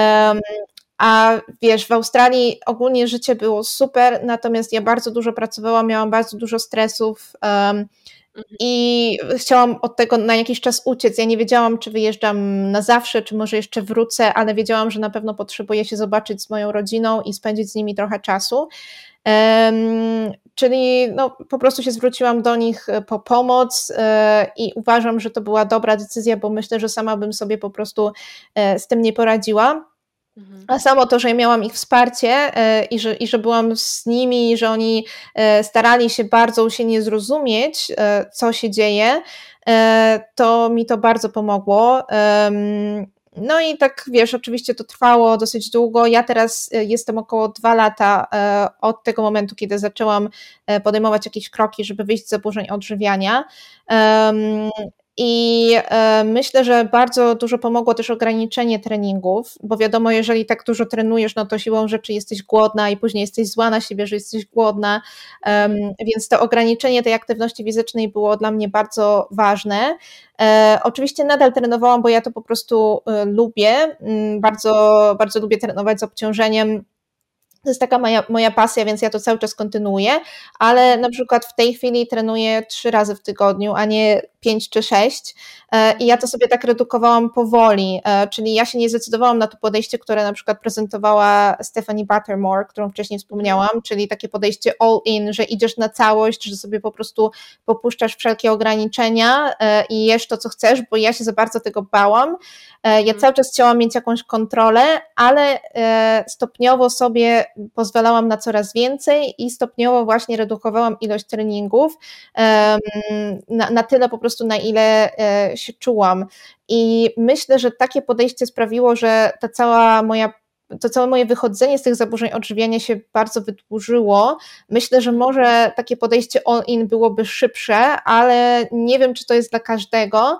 A wiesz, w Australii ogólnie życie było super, natomiast ja bardzo dużo pracowałam, miałam bardzo dużo stresów um, i chciałam od tego na jakiś czas uciec. Ja nie wiedziałam, czy wyjeżdżam na zawsze, czy może jeszcze wrócę, ale wiedziałam, że na pewno potrzebuję się zobaczyć z moją rodziną i spędzić z nimi trochę czasu. Um, czyli no, po prostu się zwróciłam do nich po pomoc e, i uważam, że to była dobra decyzja, bo myślę, że sama bym sobie po prostu e, z tym nie poradziła. A samo to, że miałam ich wsparcie i że, i że byłam z nimi, że oni starali się bardzo się nie zrozumieć, co się dzieje, to mi to bardzo pomogło. No i tak wiesz, oczywiście to trwało dosyć długo. Ja teraz jestem około dwa lata od tego momentu, kiedy zaczęłam podejmować jakieś kroki, żeby wyjść z zaburzeń odżywiania. I myślę, że bardzo dużo pomogło też ograniczenie treningów, bo wiadomo, jeżeli tak dużo trenujesz, no to siłą rzeczy jesteś głodna i później jesteś zła na siebie, że jesteś głodna, więc to ograniczenie tej aktywności fizycznej było dla mnie bardzo ważne. Oczywiście nadal trenowałam, bo ja to po prostu lubię, bardzo, bardzo lubię trenować z obciążeniem. To jest taka moja, moja pasja, więc ja to cały czas kontynuuję, ale na przykład w tej chwili trenuję trzy razy w tygodniu, a nie pięć czy sześć i ja to sobie tak redukowałam powoli, czyli ja się nie zdecydowałam na to podejście, które na przykład prezentowała Stephanie Buttermore, którą wcześniej wspomniałam, czyli takie podejście all in, że idziesz na całość, że sobie po prostu popuszczasz wszelkie ograniczenia i jesz to, co chcesz, bo ja się za bardzo tego bałam. Ja cały czas chciałam mieć jakąś kontrolę, ale stopniowo sobie pozwalałam na coraz więcej i stopniowo właśnie redukowałam ilość treningów na, na tyle po prostu, na ile się czułam. I myślę, że takie podejście sprawiło, że ta cała moja to całe moje wychodzenie z tych zaburzeń odżywiania się bardzo wydłużyło. Myślę, że może takie podejście all-in byłoby szybsze, ale nie wiem, czy to jest dla każdego.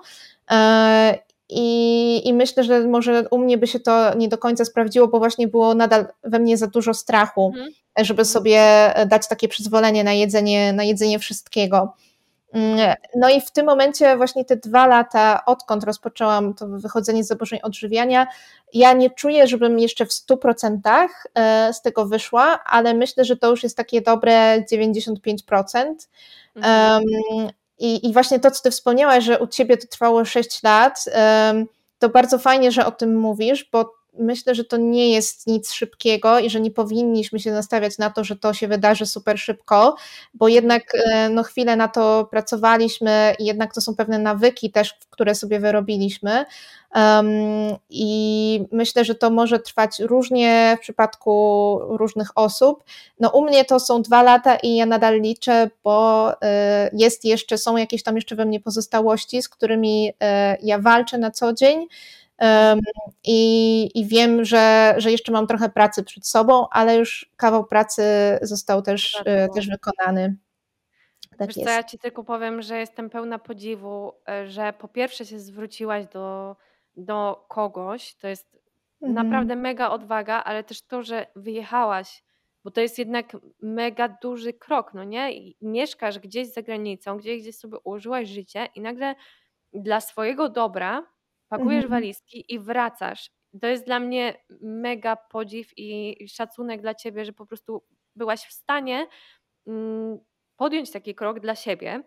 I, I myślę, że może u mnie by się to nie do końca sprawdziło, bo właśnie było nadal we mnie za dużo strachu, mm. żeby sobie dać takie przyzwolenie na jedzenie, na jedzenie wszystkiego. No i w tym momencie właśnie te dwa lata, odkąd rozpoczęłam to wychodzenie z zaburzeń odżywiania, ja nie czuję, żebym jeszcze w stu procentach z tego wyszła, ale myślę, że to już jest takie dobre dziewięćdziesiąt pięć procent. Mhm. Um, I, I właśnie to, co ty wspomniałaś, że u ciebie to trwało sześć lat, to bardzo fajnie, że o tym mówisz, bo myślę, że to nie jest nic szybkiego i że nie powinniśmy się nastawiać na to, że to się wydarzy super szybko, bo jednak no, chwilę na to pracowaliśmy i jednak to są pewne nawyki też, które sobie wyrobiliśmy. Um, i myślę, że to może trwać różnie w przypadku różnych osób. No u mnie to są dwa lata i ja nadal liczę, bo y, jest jeszcze, są jakieś tam jeszcze we mnie pozostałości, z którymi y, ja walczę na co dzień. Um, i, i wiem, że, że jeszcze mam trochę pracy przed sobą, ale już kawał pracy został też, y, też wykonany. Tak Wiesz jest. co, ja ci tylko powiem, że jestem pełna podziwu, że po pierwsze się zwróciłaś do, do kogoś, to jest mhm. naprawdę mega odwaga, ale też to, że wyjechałaś, bo to jest jednak mega duży krok, no nie? I mieszkasz gdzieś za granicą, gdzieś, gdzieś sobie ułożyłaś życie i nagle dla swojego dobra pakujesz mhm. walizki i wracasz. To jest dla mnie mega podziw i szacunek dla ciebie, że po prostu byłaś w stanie mm, podjąć taki krok dla siebie.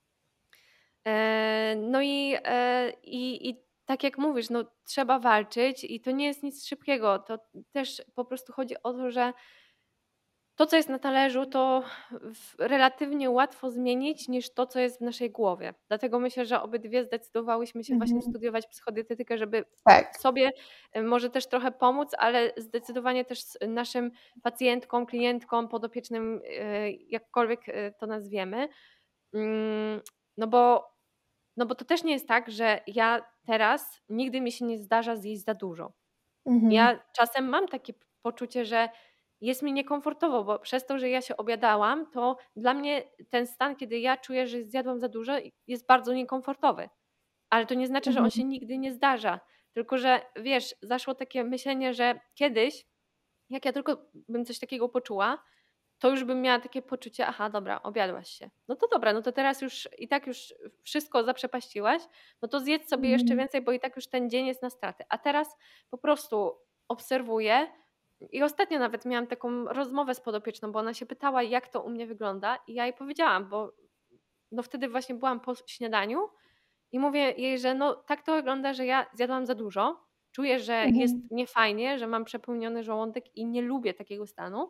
No i, i, i tak jak mówisz, no trzeba walczyć i to nie jest nic szybkiego. To też po prostu chodzi o to, że to, co jest na talerzu, to relatywnie łatwo zmienić niż to, co jest w naszej głowie. Dlatego myślę, że obydwie zdecydowałyśmy się mhm. właśnie studiować psychodietetykę, żeby tak. sobie może też trochę pomóc, ale zdecydowanie też naszym pacjentkom, klientkom, podopiecznym, jakkolwiek to nazwiemy. No bo, no bo to też nie jest tak, że ja teraz nigdy mi się nie zdarza zjeść za dużo. Mhm. Ja czasem mam takie poczucie, że jest mi niekomfortowo, bo przez to, że ja się obiadałam, to dla mnie ten stan, kiedy ja czuję, że zjadłam za dużo, jest bardzo niekomfortowy. Ale to nie znaczy, że on się Mhm. nigdy nie zdarza. Tylko że wiesz, zaszło takie myślenie, że kiedyś, jak ja tylko bym coś takiego poczuła, to już bym miała takie poczucie, aha, dobra, objadłaś się. No to dobra, no to teraz już i tak już wszystko zaprzepaściłaś, no to zjedz sobie jeszcze Mhm. więcej, bo i tak już ten dzień jest na straty. A teraz po prostu obserwuję i ostatnio nawet miałam taką rozmowę z podopieczną, bo ona się pytała, jak to u mnie wygląda i ja jej powiedziałam, bo no wtedy właśnie byłam po śniadaniu i mówię jej, że no tak to wygląda, że ja zjadłam za dużo, czuję, że jest Mhm. niefajnie, że mam przepełniony żołądek i nie lubię takiego stanu,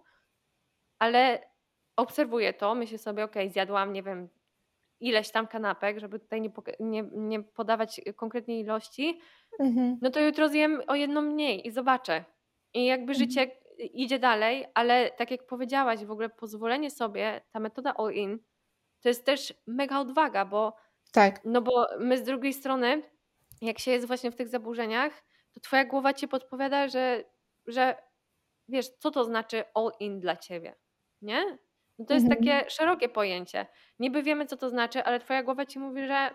ale obserwuję to, myślę sobie, okej, zjadłam, nie wiem, ileś tam kanapek, żeby tutaj nie, poka- nie, nie podawać konkretnej ilości, Mhm. no to jutro zjem o jedną mniej i zobaczę. I jakby Mhm. życie idzie dalej, ale tak jak powiedziałaś, w ogóle pozwolenie sobie, ta metoda all in, to jest też mega odwaga, bo Tak. no bo my z drugiej strony, jak się jest właśnie w tych zaburzeniach, to twoja głowa ci podpowiada, że, że wiesz, co to znaczy all in dla ciebie, nie? No to jest Mhm. takie szerokie pojęcie. Niby wiemy, co to znaczy, ale twoja głowa ci mówi, że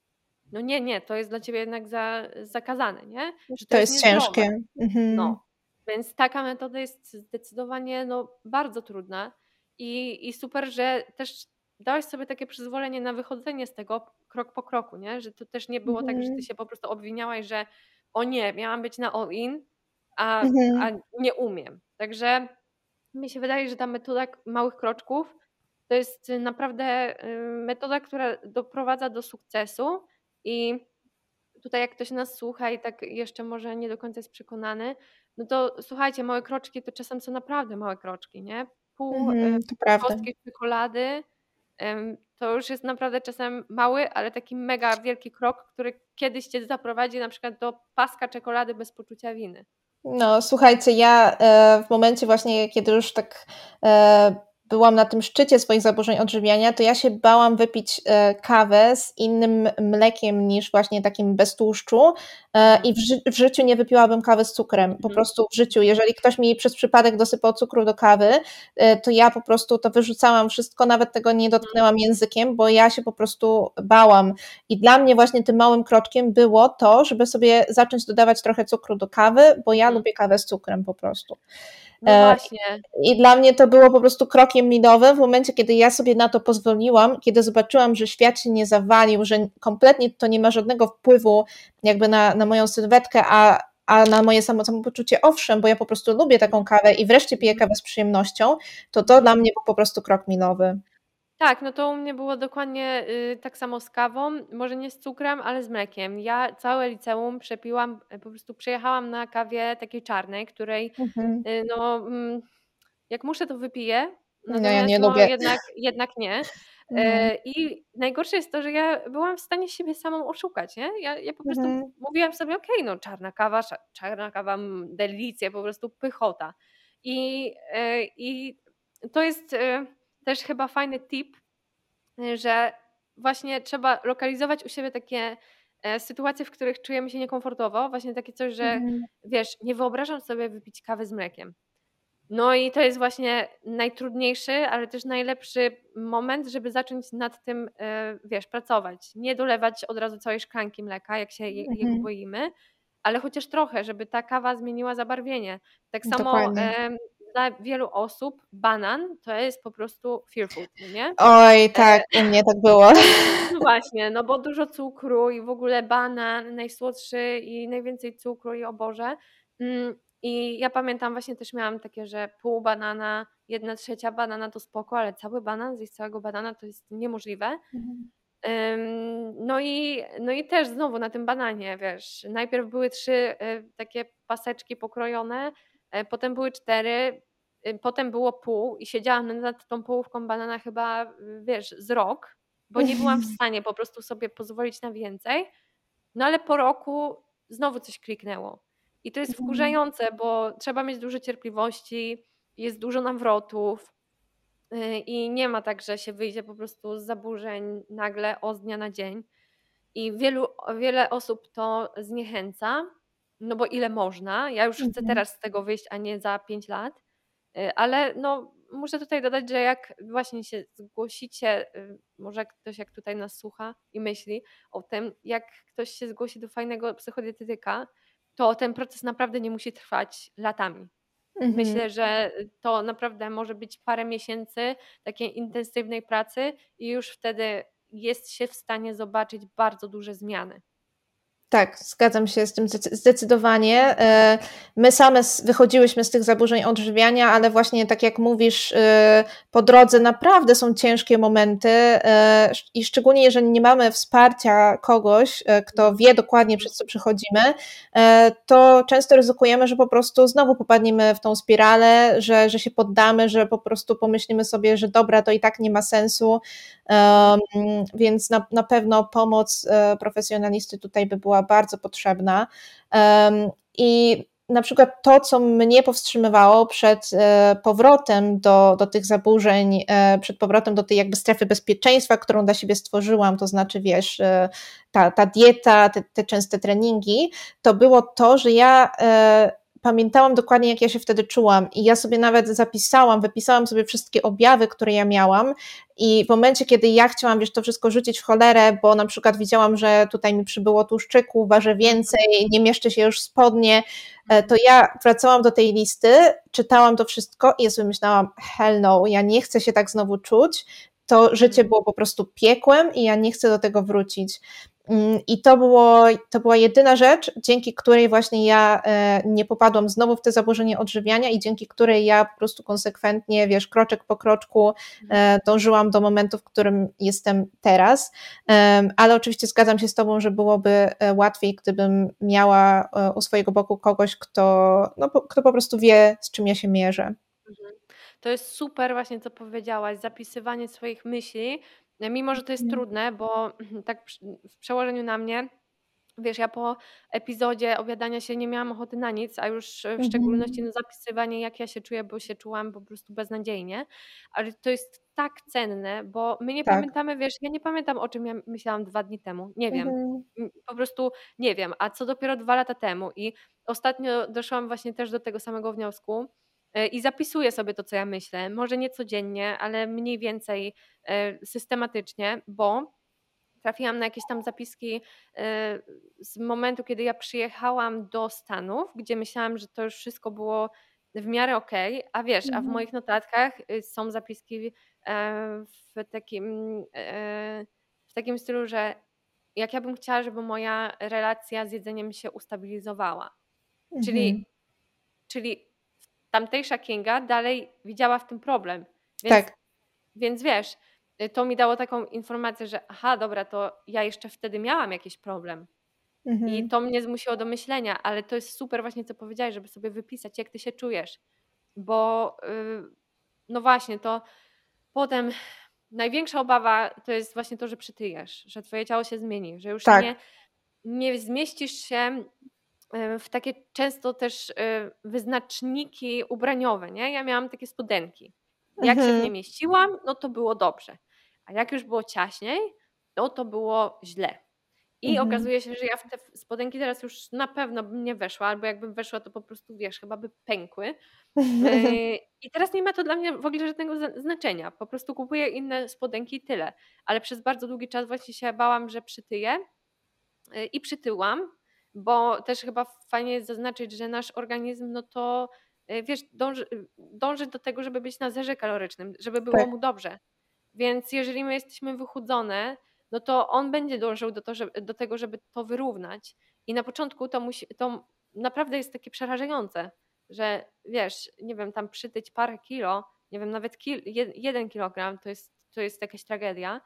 no nie, nie, to jest dla ciebie jednak za, zakazane, nie? Że to To jest jest niezdrowe. ciężkie. Mhm. No, więc taka metoda jest zdecydowanie no, bardzo trudna i, i super, że też dałeś sobie takie przyzwolenie na wychodzenie z tego krok po kroku, nie? Że to też nie było tak, że ty Mhm. się po prostu obwiniałaś, że o nie, miałam być na all in, a, a Mhm. nie umiem. Także mi się wydaje, że ta metoda k- małych kroczków to jest naprawdę y, metoda, która doprowadza do sukcesu i tutaj jak ktoś nas słucha i tak jeszcze może nie do końca jest przekonany, no to słuchajcie, małe kroczki to czasem są naprawdę małe kroczki, nie? Pół e, Mhm. To prawda. kostki czekolady em, to już jest naprawdę czasem mały, ale taki mega wielki krok, który kiedyś cię zaprowadzi na przykład do paska czekolady bez poczucia winy. No, słuchajcie, ja e, w momencie właśnie, kiedy już tak e, byłam na tym szczycie swoich zaburzeń odżywiania, to ja się bałam wypić e, kawę z innym mlekiem niż właśnie takim bez tłuszczu e, Mhm. i w, ży w życiu nie wypiłabym kawy z cukrem, po Mhm. prostu w życiu. Jeżeli ktoś mi przez przypadek dosypał cukru do kawy, e, to ja po prostu to wyrzucałam wszystko, nawet tego nie dotknęłam językiem, bo ja się po prostu bałam. I dla mnie właśnie tym małym kroczkiem było to, żeby sobie zacząć dodawać trochę cukru do kawy, bo ja Mhm. lubię kawę z cukrem po prostu. No E, właśnie. I dla mnie to było po prostu krokiem milowym w momencie, kiedy ja sobie na to pozwoliłam, kiedy zobaczyłam, że świat się nie zawalił, że kompletnie to nie ma żadnego wpływu jakby na, na moją sylwetkę, a, a na moje samo, samopoczucie, owszem, bo ja po prostu lubię taką kawę i wreszcie piję kawę z przyjemnością, to to dla mnie był po prostu krok milowy. Tak, no to u mnie było dokładnie y, tak samo z kawą, może nie z cukrem, ale z mlekiem. Ja całe liceum przepiłam, y, po prostu przejechałam na kawie takiej czarnej, której Mhm. y, no mm, jak muszę to wypiję, No ja natomiast nie no lubię. jednak, jednak nie. No. E, I najgorsze jest to, że ja byłam w stanie siebie samą oszukać, nie? Ja, ja po prostu Mhm. mówiłam sobie, okej, no czarna kawa, sza- czarna kawa, mm, delicja, po prostu pychota. I, e, i to jest e, też chyba fajny tip, y, że właśnie trzeba lokalizować u siebie takie e, sytuacje, w których czujemy się niekomfortowo. Właśnie takie coś, że Mhm. wiesz, nie wyobrażam sobie wypić kawy z mlekiem. No i to jest właśnie najtrudniejszy, ale też najlepszy moment, żeby zacząć nad tym, e, wiesz, pracować. Nie dolewać od razu całej szklanki mleka, jak się je- jego Mhm. boimy, ale chociaż trochę, żeby ta kawa zmieniła zabarwienie. Tak samo Dokładnie. em, dla wielu osób banan to jest po prostu fear food, no nie? Oj, E, tak, u mnie tak było. no właśnie, no bo dużo cukru i w ogóle banan najsłodszy i najwięcej cukru i o Boże. Mm, I ja pamiętam właśnie też miałam takie, że pół banana, jedna trzecia banana to spoko, ale cały banan, zjeść całego banana to jest niemożliwe. Mhm. Ym, No i, no i też znowu na tym bananie, wiesz, najpierw były trzy e, takie paseczki pokrojone, e, potem były cztery, e, potem było pół i siedziałam nad tą połówką banana chyba, y, wiesz, z rok, bo nie byłam w stanie po prostu sobie pozwolić na więcej. No ale po roku znowu coś kliknęło. I to jest Mhm. wkurzające, bo trzeba mieć dużo cierpliwości, jest dużo nawrotów. Y, I nie ma tak, że się wyjdzie po prostu z zaburzeń nagle o z dnia na dzień. I wielu, wiele osób to zniechęca, no bo ile można? Ja już chcę Mhm. teraz z tego wyjść, a nie za pięć lat. Ale no, muszę tutaj dodać, że jak właśnie się zgłosicie, może ktoś jak tutaj nas słucha i myśli o tym, jak ktoś się zgłosi do fajnego psychodietetyka, to ten proces naprawdę nie musi trwać latami. Mhm. Myślę, że to naprawdę może być parę miesięcy takiej intensywnej pracy i już wtedy jest się w stanie zobaczyć bardzo duże zmiany. Tak, zgadzam się z tym zdecydowanie. My same wychodziłyśmy z tych zaburzeń odżywiania, ale właśnie tak jak mówisz, po drodze naprawdę są ciężkie momenty i szczególnie jeżeli nie mamy wsparcia kogoś, kto wie dokładnie, przez co przechodzimy, to często ryzykujemy, że po prostu znowu popadniemy w tą spiralę, że, że się poddamy, że po prostu pomyślimy sobie, że dobra, to i tak nie ma sensu, więc na, na pewno pomoc profesjonalisty tutaj by była bardzo potrzebna. I na przykład to, co mnie powstrzymywało przed powrotem do, do tych zaburzeń, przed powrotem do tej jakby strefy bezpieczeństwa, którą dla siebie stworzyłam, to znaczy wiesz, ta, ta dieta, te, te częste treningi, to było to, że ja pamiętałam dokładnie, jak ja się wtedy czułam i ja sobie nawet zapisałam, wypisałam sobie wszystkie objawy, które ja miałam i w momencie, kiedy ja chciałam, wiesz, to wszystko rzucić w cholerę, bo na przykład widziałam, że tutaj mi przybyło tłuszczyku, ważę więcej, nie mieszczę się już w spodnie, to ja wracałam do tej listy, czytałam to wszystko i ja sobie myślałam, hell no, ja nie chcę się tak znowu czuć, to życie było po prostu piekłem i ja nie chcę do tego wrócić. I to, było, to była jedyna rzecz, dzięki której właśnie ja nie popadłam znowu w te zaburzenie odżywiania i dzięki której ja po prostu konsekwentnie, wiesz, kroczek po kroczku dążyłam do momentu, w którym jestem teraz. Ale oczywiście zgadzam się z tobą, że byłoby łatwiej, gdybym miała u swojego boku kogoś, kto, no, kto po prostu wie, z czym ja się mierzę. To jest super właśnie, co powiedziałaś, zapisywanie swoich myśli, mimo że to jest trudne, bo tak w przełożeniu na mnie, wiesz, ja po epizodzie obiadania się nie miałam ochoty na nic, a już w Mhm. szczególności na zapisywanie, jak ja się czuję, bo się czułam po prostu beznadziejnie, ale to jest tak cenne, bo my nie Tak. pamiętamy, wiesz, ja nie pamiętam, o czym ja myślałam dwa dni temu, nie wiem, Mhm. po prostu nie wiem, a co dopiero dwa lata temu i ostatnio doszłam właśnie też do tego samego wniosku, i zapisuję sobie to, co ja myślę. Może nie codziennie, ale mniej więcej systematycznie, bo trafiłam na jakieś tam zapiski z momentu, kiedy ja przyjechałam do Stanów, gdzie myślałam, że to już wszystko było w miarę okej, a wiesz, a w moich notatkach są zapiski w takim, w takim stylu, że jak ja bym chciała, żeby moja relacja z jedzeniem się ustabilizowała. Czyli, czyli tamtejsza Kinga dalej widziała w tym problem. Więc, Tak. więc wiesz, to mi dało taką informację, że aha, dobra, to ja jeszcze wtedy miałam jakiś problem. Mhm. I to mnie zmusiło do myślenia, ale to jest super właśnie, co powiedziałeś, żeby sobie wypisać, jak ty się czujesz. Bo yy, no właśnie, to potem największa obawa to jest właśnie to, że przytyjesz, że twoje ciało się zmieni, że już Tak. nie, nie zmieścisz się w takie często też wyznaczniki ubraniowe, nie? Ja miałam takie spodenki. Jak się w nie mieściłam, no to było dobrze. A jak już było ciaśniej, no to było źle. I Mhm. okazuje się, że ja w te spodenki teraz już na pewno bym nie weszła, albo jakbym weszła, to po prostu, wiesz, chyba by pękły. I teraz nie ma to dla mnie w ogóle żadnego znaczenia. Po prostu kupuję inne spodenki i tyle. Ale przez bardzo długi czas właśnie się bałam, że przytyję i przytyłam, bo też chyba fajnie jest zaznaczyć, że nasz organizm, no to wiesz, dąży, dąży do tego, żeby być na zerze kalorycznym, żeby było Tak. mu dobrze. Więc jeżeli my jesteśmy wychudzone, no to on będzie dążył do, to, żeby, do tego, żeby to wyrównać. I na początku to, musi, to naprawdę jest takie przerażające, że wiesz, nie wiem, tam przytyć parę kilo, nie wiem, nawet kil, jeden kilogram to jest, to jest jakaś tragedia.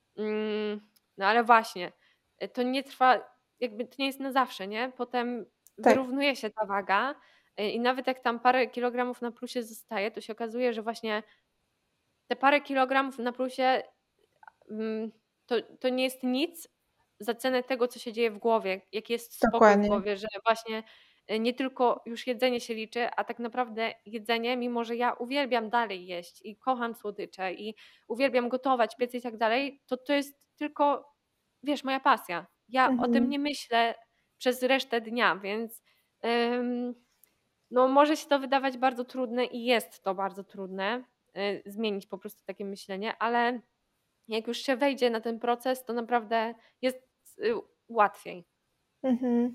No ale właśnie, to nie trwa, jakby to nie jest na zawsze, nie? Potem Tak. wyrównuje się ta waga i nawet jak tam parę kilogramów na plusie zostaje, to się okazuje, że właśnie te parę kilogramów na plusie to, to nie jest nic za cenę tego, co się dzieje w głowie, jaki jest spokój Dokładnie. w głowie, że właśnie nie tylko już jedzenie się liczy, a tak naprawdę jedzenie, mimo że ja uwielbiam dalej jeść i kocham słodycze i uwielbiam gotować, piec i tak dalej, to to jest tylko, wiesz, moja pasja. Ja o tym nie myślę przez resztę dnia, więc ym, No może się to wydawać bardzo trudne i jest to bardzo trudne, y, zmienić po prostu takie myślenie, ale jak już się wejdzie na ten proces, to naprawdę jest y, łatwiej. Mhm.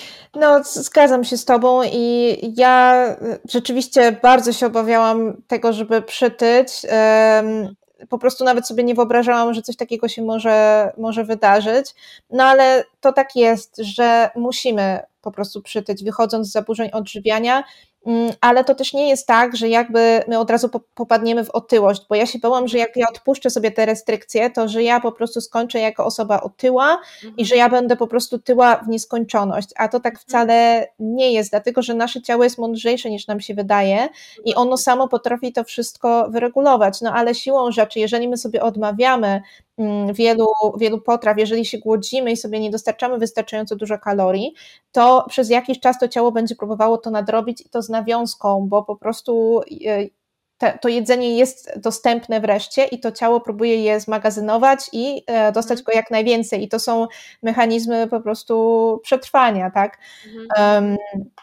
No, z- zgadzam się z tobą i ja y, rzeczywiście bardzo się obawiałam tego, żeby przytyć. Em, Mhm. Po prostu nawet sobie nie wyobrażałam, że coś takiego się może, może wydarzyć. No ale to tak jest, że musimy po prostu przytyć, wychodząc z zaburzeń odżywiania. Mm, Ale to też nie jest tak, że jakby my od razu po- popadniemy w otyłość, bo ja się bałam, że Mhm. jak ja odpuszczę sobie te restrykcje, to że ja po prostu skończę jako osoba otyła i że Mhm. ja będę po prostu tyła w nieskończoność, a to tak Mhm. wcale nie jest, dlatego że nasze ciało jest mądrzejsze niż nam się wydaje No i ono właśnie. samo potrafi to wszystko wyregulować, no ale siłą rzeczy, jeżeli my sobie odmawiamy mm, wielu, wielu potraw, jeżeli się głodzimy i sobie nie dostarczamy wystarczająco dużo kalorii, to przez jakiś czas to ciało będzie próbowało to nadrobić i to z nawiązką, bo po prostu y, te, to jedzenie jest dostępne wreszcie i to ciało próbuje je zmagazynować i e, dostać Mhm. go jak najwięcej i to są mechanizmy po prostu przetrwania, tak? Mhm. Um,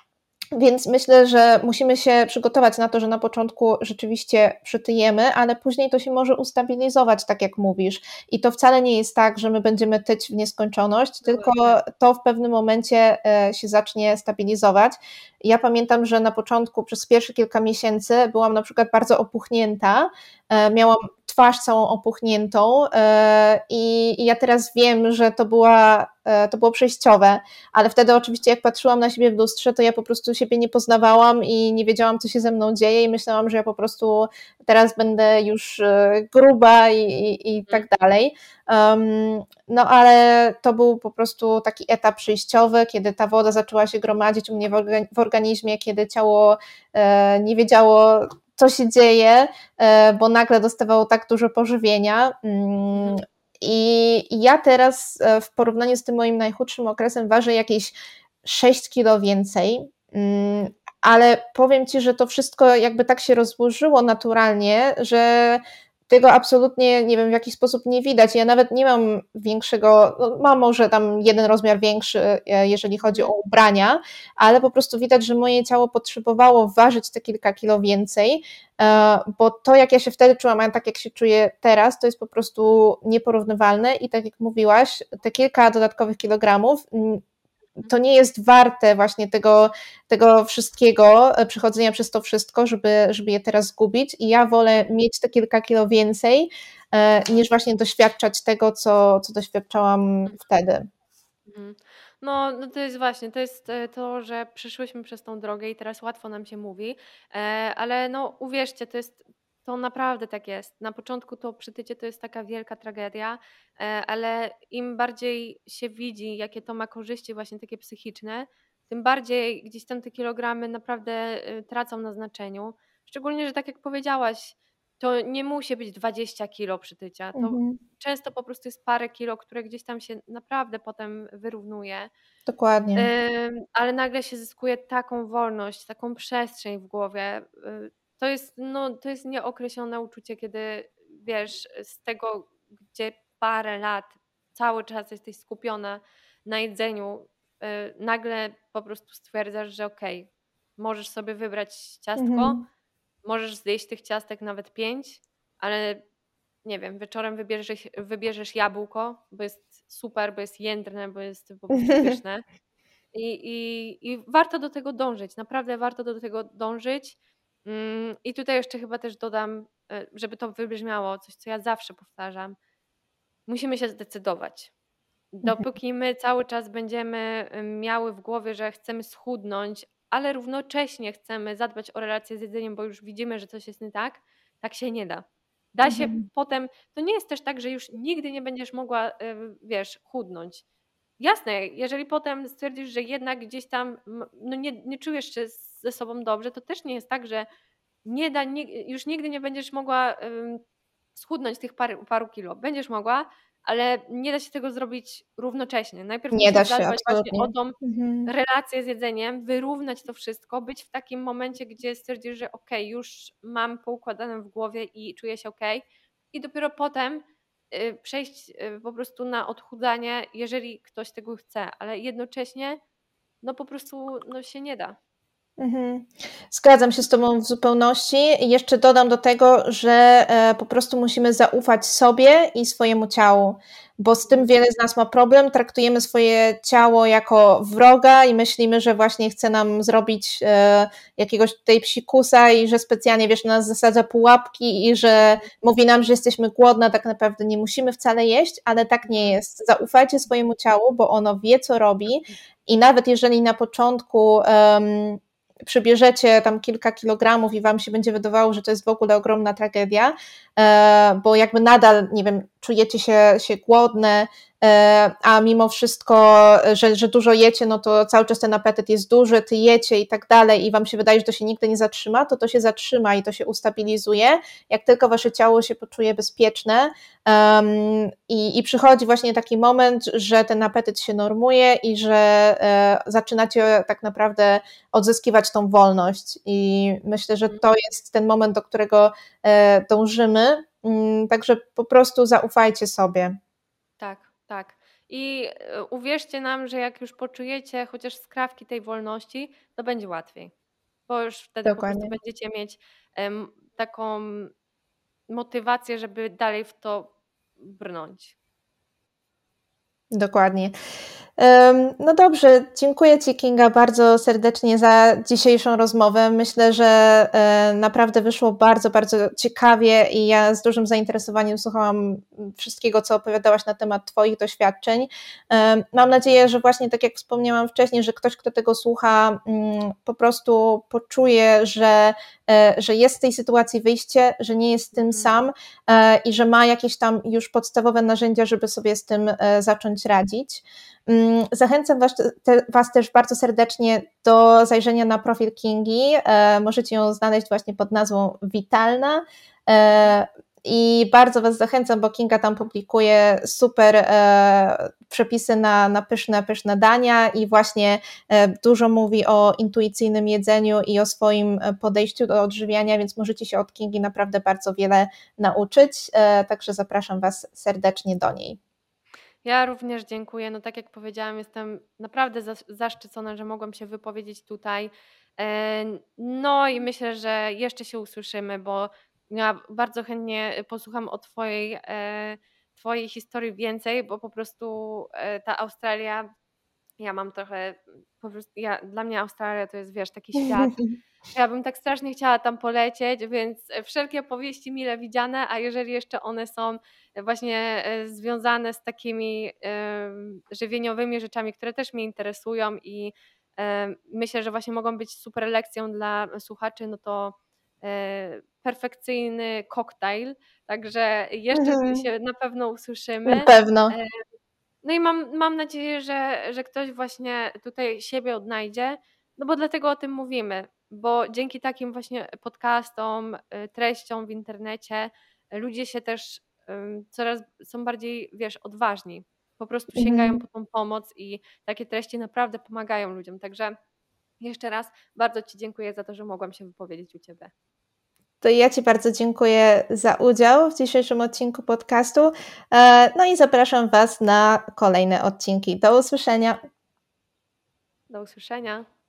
więc myślę, że musimy się przygotować na to, że na początku rzeczywiście przytyjemy, ale później to się może ustabilizować, tak jak mówisz. I to wcale nie jest tak, że my będziemy tyć w nieskończoność, No tylko właśnie. to w pewnym momencie e, się zacznie stabilizować. Ja pamiętam, że na początku przez pierwsze kilka miesięcy byłam na przykład bardzo opuchnięta, e, miałam twarz całą opuchniętą e, i ja teraz wiem, że to, była, e, to było przejściowe, ale wtedy oczywiście jak patrzyłam na siebie w lustrze, to ja po prostu siebie nie poznawałam i nie wiedziałam, co się ze mną dzieje i myślałam, że ja po prostu teraz będę już gruba i, i, i tak dalej. Um, no ale to był po prostu taki etap przejściowy, kiedy ta woda zaczęła się gromadzić u mnie w organizmie, kiedy ciało e, nie wiedziało, co się dzieje, e, bo nagle dostawało tak dużo pożywienia. Mm, Mhm. I ja teraz w porównaniu z tym moim najchudszym okresem ważę jakieś sześć kilo więcej, ale powiem Ci, że to wszystko jakby tak się rozłożyło naturalnie, że tego absolutnie, nie wiem, w jaki sposób nie widać. Ja nawet nie mam większego, no mam może tam jeden rozmiar większy, jeżeli chodzi o Mhm. ubrania, ale po prostu widać, że moje ciało potrzebowało ważyć te kilka kilo więcej, bo to, jak ja się wtedy czułam, a tak jak się czuję teraz, to jest po prostu nieporównywalne i tak jak mówiłaś, te kilka dodatkowych kilogramów to nie jest warte właśnie tego, tego wszystkiego, przechodzenia przez to wszystko, żeby, żeby je teraz zgubić i ja wolę mieć te kilka kilo więcej, niż właśnie doświadczać tego, co, co doświadczałam wtedy. Mhm. No, no to jest właśnie, to jest e, to, że przeszłyśmy przez tą drogę i teraz łatwo nam się mówi, e, ale no uwierzcie, to jest, to naprawdę tak jest. Na początku to przytycie to jest taka wielka tragedia, e, ale im bardziej się widzi, jakie to ma korzyści właśnie takie psychiczne, tym bardziej gdzieś tam te kilogramy naprawdę e, tracą na znaczeniu. Szczególnie, że tak jak powiedziałaś, to nie musi być dwadzieścia kilo przytycia. To Mhm. często po prostu jest parę kilo, które gdzieś tam się naprawdę potem wyrównuje. Dokładnie. Ym, ale nagle się zyskuje taką wolność, taką przestrzeń w głowie. Y, To jest, no, to jest nieokreślone uczucie, kiedy wiesz, z tego, gdzie parę lat cały czas jesteś skupiona na jedzeniu, y, nagle po prostu stwierdzasz, że okej, możesz sobie wybrać ciastko, Mhm. możesz zjeść tych ciastek nawet pięć, ale nie wiem, wieczorem wybierzesz, wybierzesz jabłko, bo jest super, bo jest jędrne, bo jest po prostu pyszne. I, i, I warto do tego dążyć, naprawdę warto do tego dążyć. Mm, I tutaj jeszcze chyba też dodam, e, żeby to wybrzmiało, coś, co ja zawsze powtarzam. Musimy się zdecydować. Mhm. Dopóki my cały czas będziemy y, miały w głowie, że chcemy schudnąć, ale równocześnie chcemy zadbać o relacje z jedzeniem, bo już widzimy, że coś jest nie tak, tak się nie da. Da się Mhm. potem, to nie jest też tak, że już nigdy nie będziesz mogła, y, wiesz, chudnąć. Jasne, jeżeli potem stwierdzisz, że jednak gdzieś tam m, no nie, nie czujesz się ze sobą dobrze, to też nie jest tak, że nie da, nie, już nigdy nie będziesz mogła ym, schudnąć tych paru, paru kilo. Będziesz mogła, ale nie da się tego zrobić równocześnie. Najpierw Nie musisz da się, zadbać właśnie absolutnie. o tą Mhm. relację z jedzeniem, wyrównać to wszystko, być w takim momencie, gdzie stwierdzisz, że okej, już mam poukładane w głowie i czuję się okej. I dopiero potem y, przejść y, po prostu na odchudzanie, jeżeli ktoś tego chce, ale jednocześnie no po prostu no się nie da. Mhm. Zgadzam się z Tobą w zupełności i jeszcze dodam do tego, że e, po prostu musimy zaufać sobie i swojemu ciału, bo z tym wiele z nas ma problem, traktujemy swoje ciało jako wroga i myślimy, że właśnie chce nam zrobić e, jakiegoś tutaj psikusa i że specjalnie, wiesz, na nas zasadza pułapki i że mówi nam, że jesteśmy głodne, a tak naprawdę nie musimy wcale jeść, ale tak nie jest. Zaufajcie swojemu ciału, bo ono wie, co robi i nawet jeżeli na początku um, przybierzecie tam kilka kilogramów i wam się będzie wydawało, że to jest w ogóle ogromna tragedia, bo jakby nadal, nie wiem, czujecie się, się głodne, a mimo wszystko, że, że dużo jecie, no to cały czas ten apetyt jest duży, ty jecie i tak dalej i wam się wydaje, że to się nigdy nie zatrzyma, to to się zatrzyma i to się ustabilizuje, jak tylko wasze ciało się poczuje bezpieczne um, i, i przychodzi właśnie taki moment, że ten apetyt się normuje i że e, zaczynacie tak naprawdę odzyskiwać tą wolność i myślę, że to jest ten moment, do którego e, dążymy, um, także po prostu zaufajcie sobie. Tak, tak. I uwierzcie nam, że jak już poczujecie chociaż skrawki tej wolności, to będzie łatwiej, bo już wtedy Dokładnie. po prostu będziecie mieć um, taką motywację, żeby dalej w to brnąć. Dokładnie. No dobrze, dziękuję Ci, Kinga, bardzo serdecznie za dzisiejszą rozmowę. Myślę, że naprawdę wyszło bardzo, bardzo ciekawie i ja z dużym zainteresowaniem słuchałam wszystkiego, co opowiadałaś na temat Twoich doświadczeń. Mam nadzieję, że właśnie tak jak wspomniałam wcześniej, że ktoś, kto tego słucha, po prostu poczuje, że, że jest z tej sytuacji wyjście, że nie jest tym sam i że ma jakieś tam już podstawowe narzędzia, żeby sobie z tym zacząć radzić. Zachęcam was, te, was też bardzo serdecznie do zajrzenia na profil Kingi. E, możecie ją znaleźć właśnie pod nazwą Witalna e, i bardzo was zachęcam, bo Kinga tam publikuje super e, przepisy na, na pyszne, pyszne dania i właśnie e, dużo mówi o intuicyjnym jedzeniu i o swoim podejściu do odżywiania, więc możecie się od Kingi naprawdę bardzo wiele nauczyć, e, także zapraszam was serdecznie do niej. Ja również dziękuję. No tak jak powiedziałam, jestem naprawdę zaszczycona, że mogłam się wypowiedzieć tutaj. No i myślę, że jeszcze się usłyszymy, bo ja bardzo chętnie posłucham o twojej, twojej historii więcej, bo po prostu ta Australia, ja mam trochę, po prostu ja, dla mnie Australia to jest, wiesz, taki świat. Ja bym tak strasznie chciała tam polecieć, więc wszelkie opowieści mile widziane, a jeżeli jeszcze one są właśnie związane z takimi żywieniowymi rzeczami, które też mnie interesują i myślę, że właśnie mogą być super lekcją dla słuchaczy, no to perfekcyjny koktajl, także jeszcze mhm. się na pewno usłyszymy. Na pewno. No i mam, mam nadzieję, że, że ktoś właśnie tutaj siebie odnajdzie, no bo dlatego o tym mówimy, bo dzięki takim właśnie podcastom, treściom w internecie ludzie się też um, coraz są bardziej, wiesz, odważni. Po prostu sięgają mhm. po tą pomoc i takie treści naprawdę pomagają ludziom. Także jeszcze raz bardzo Ci dziękuję za to, że mogłam się wypowiedzieć u Ciebie. To ja Ci bardzo dziękuję za udział w dzisiejszym odcinku podcastu. No i zapraszam Was na kolejne odcinki. Do usłyszenia. Do usłyszenia.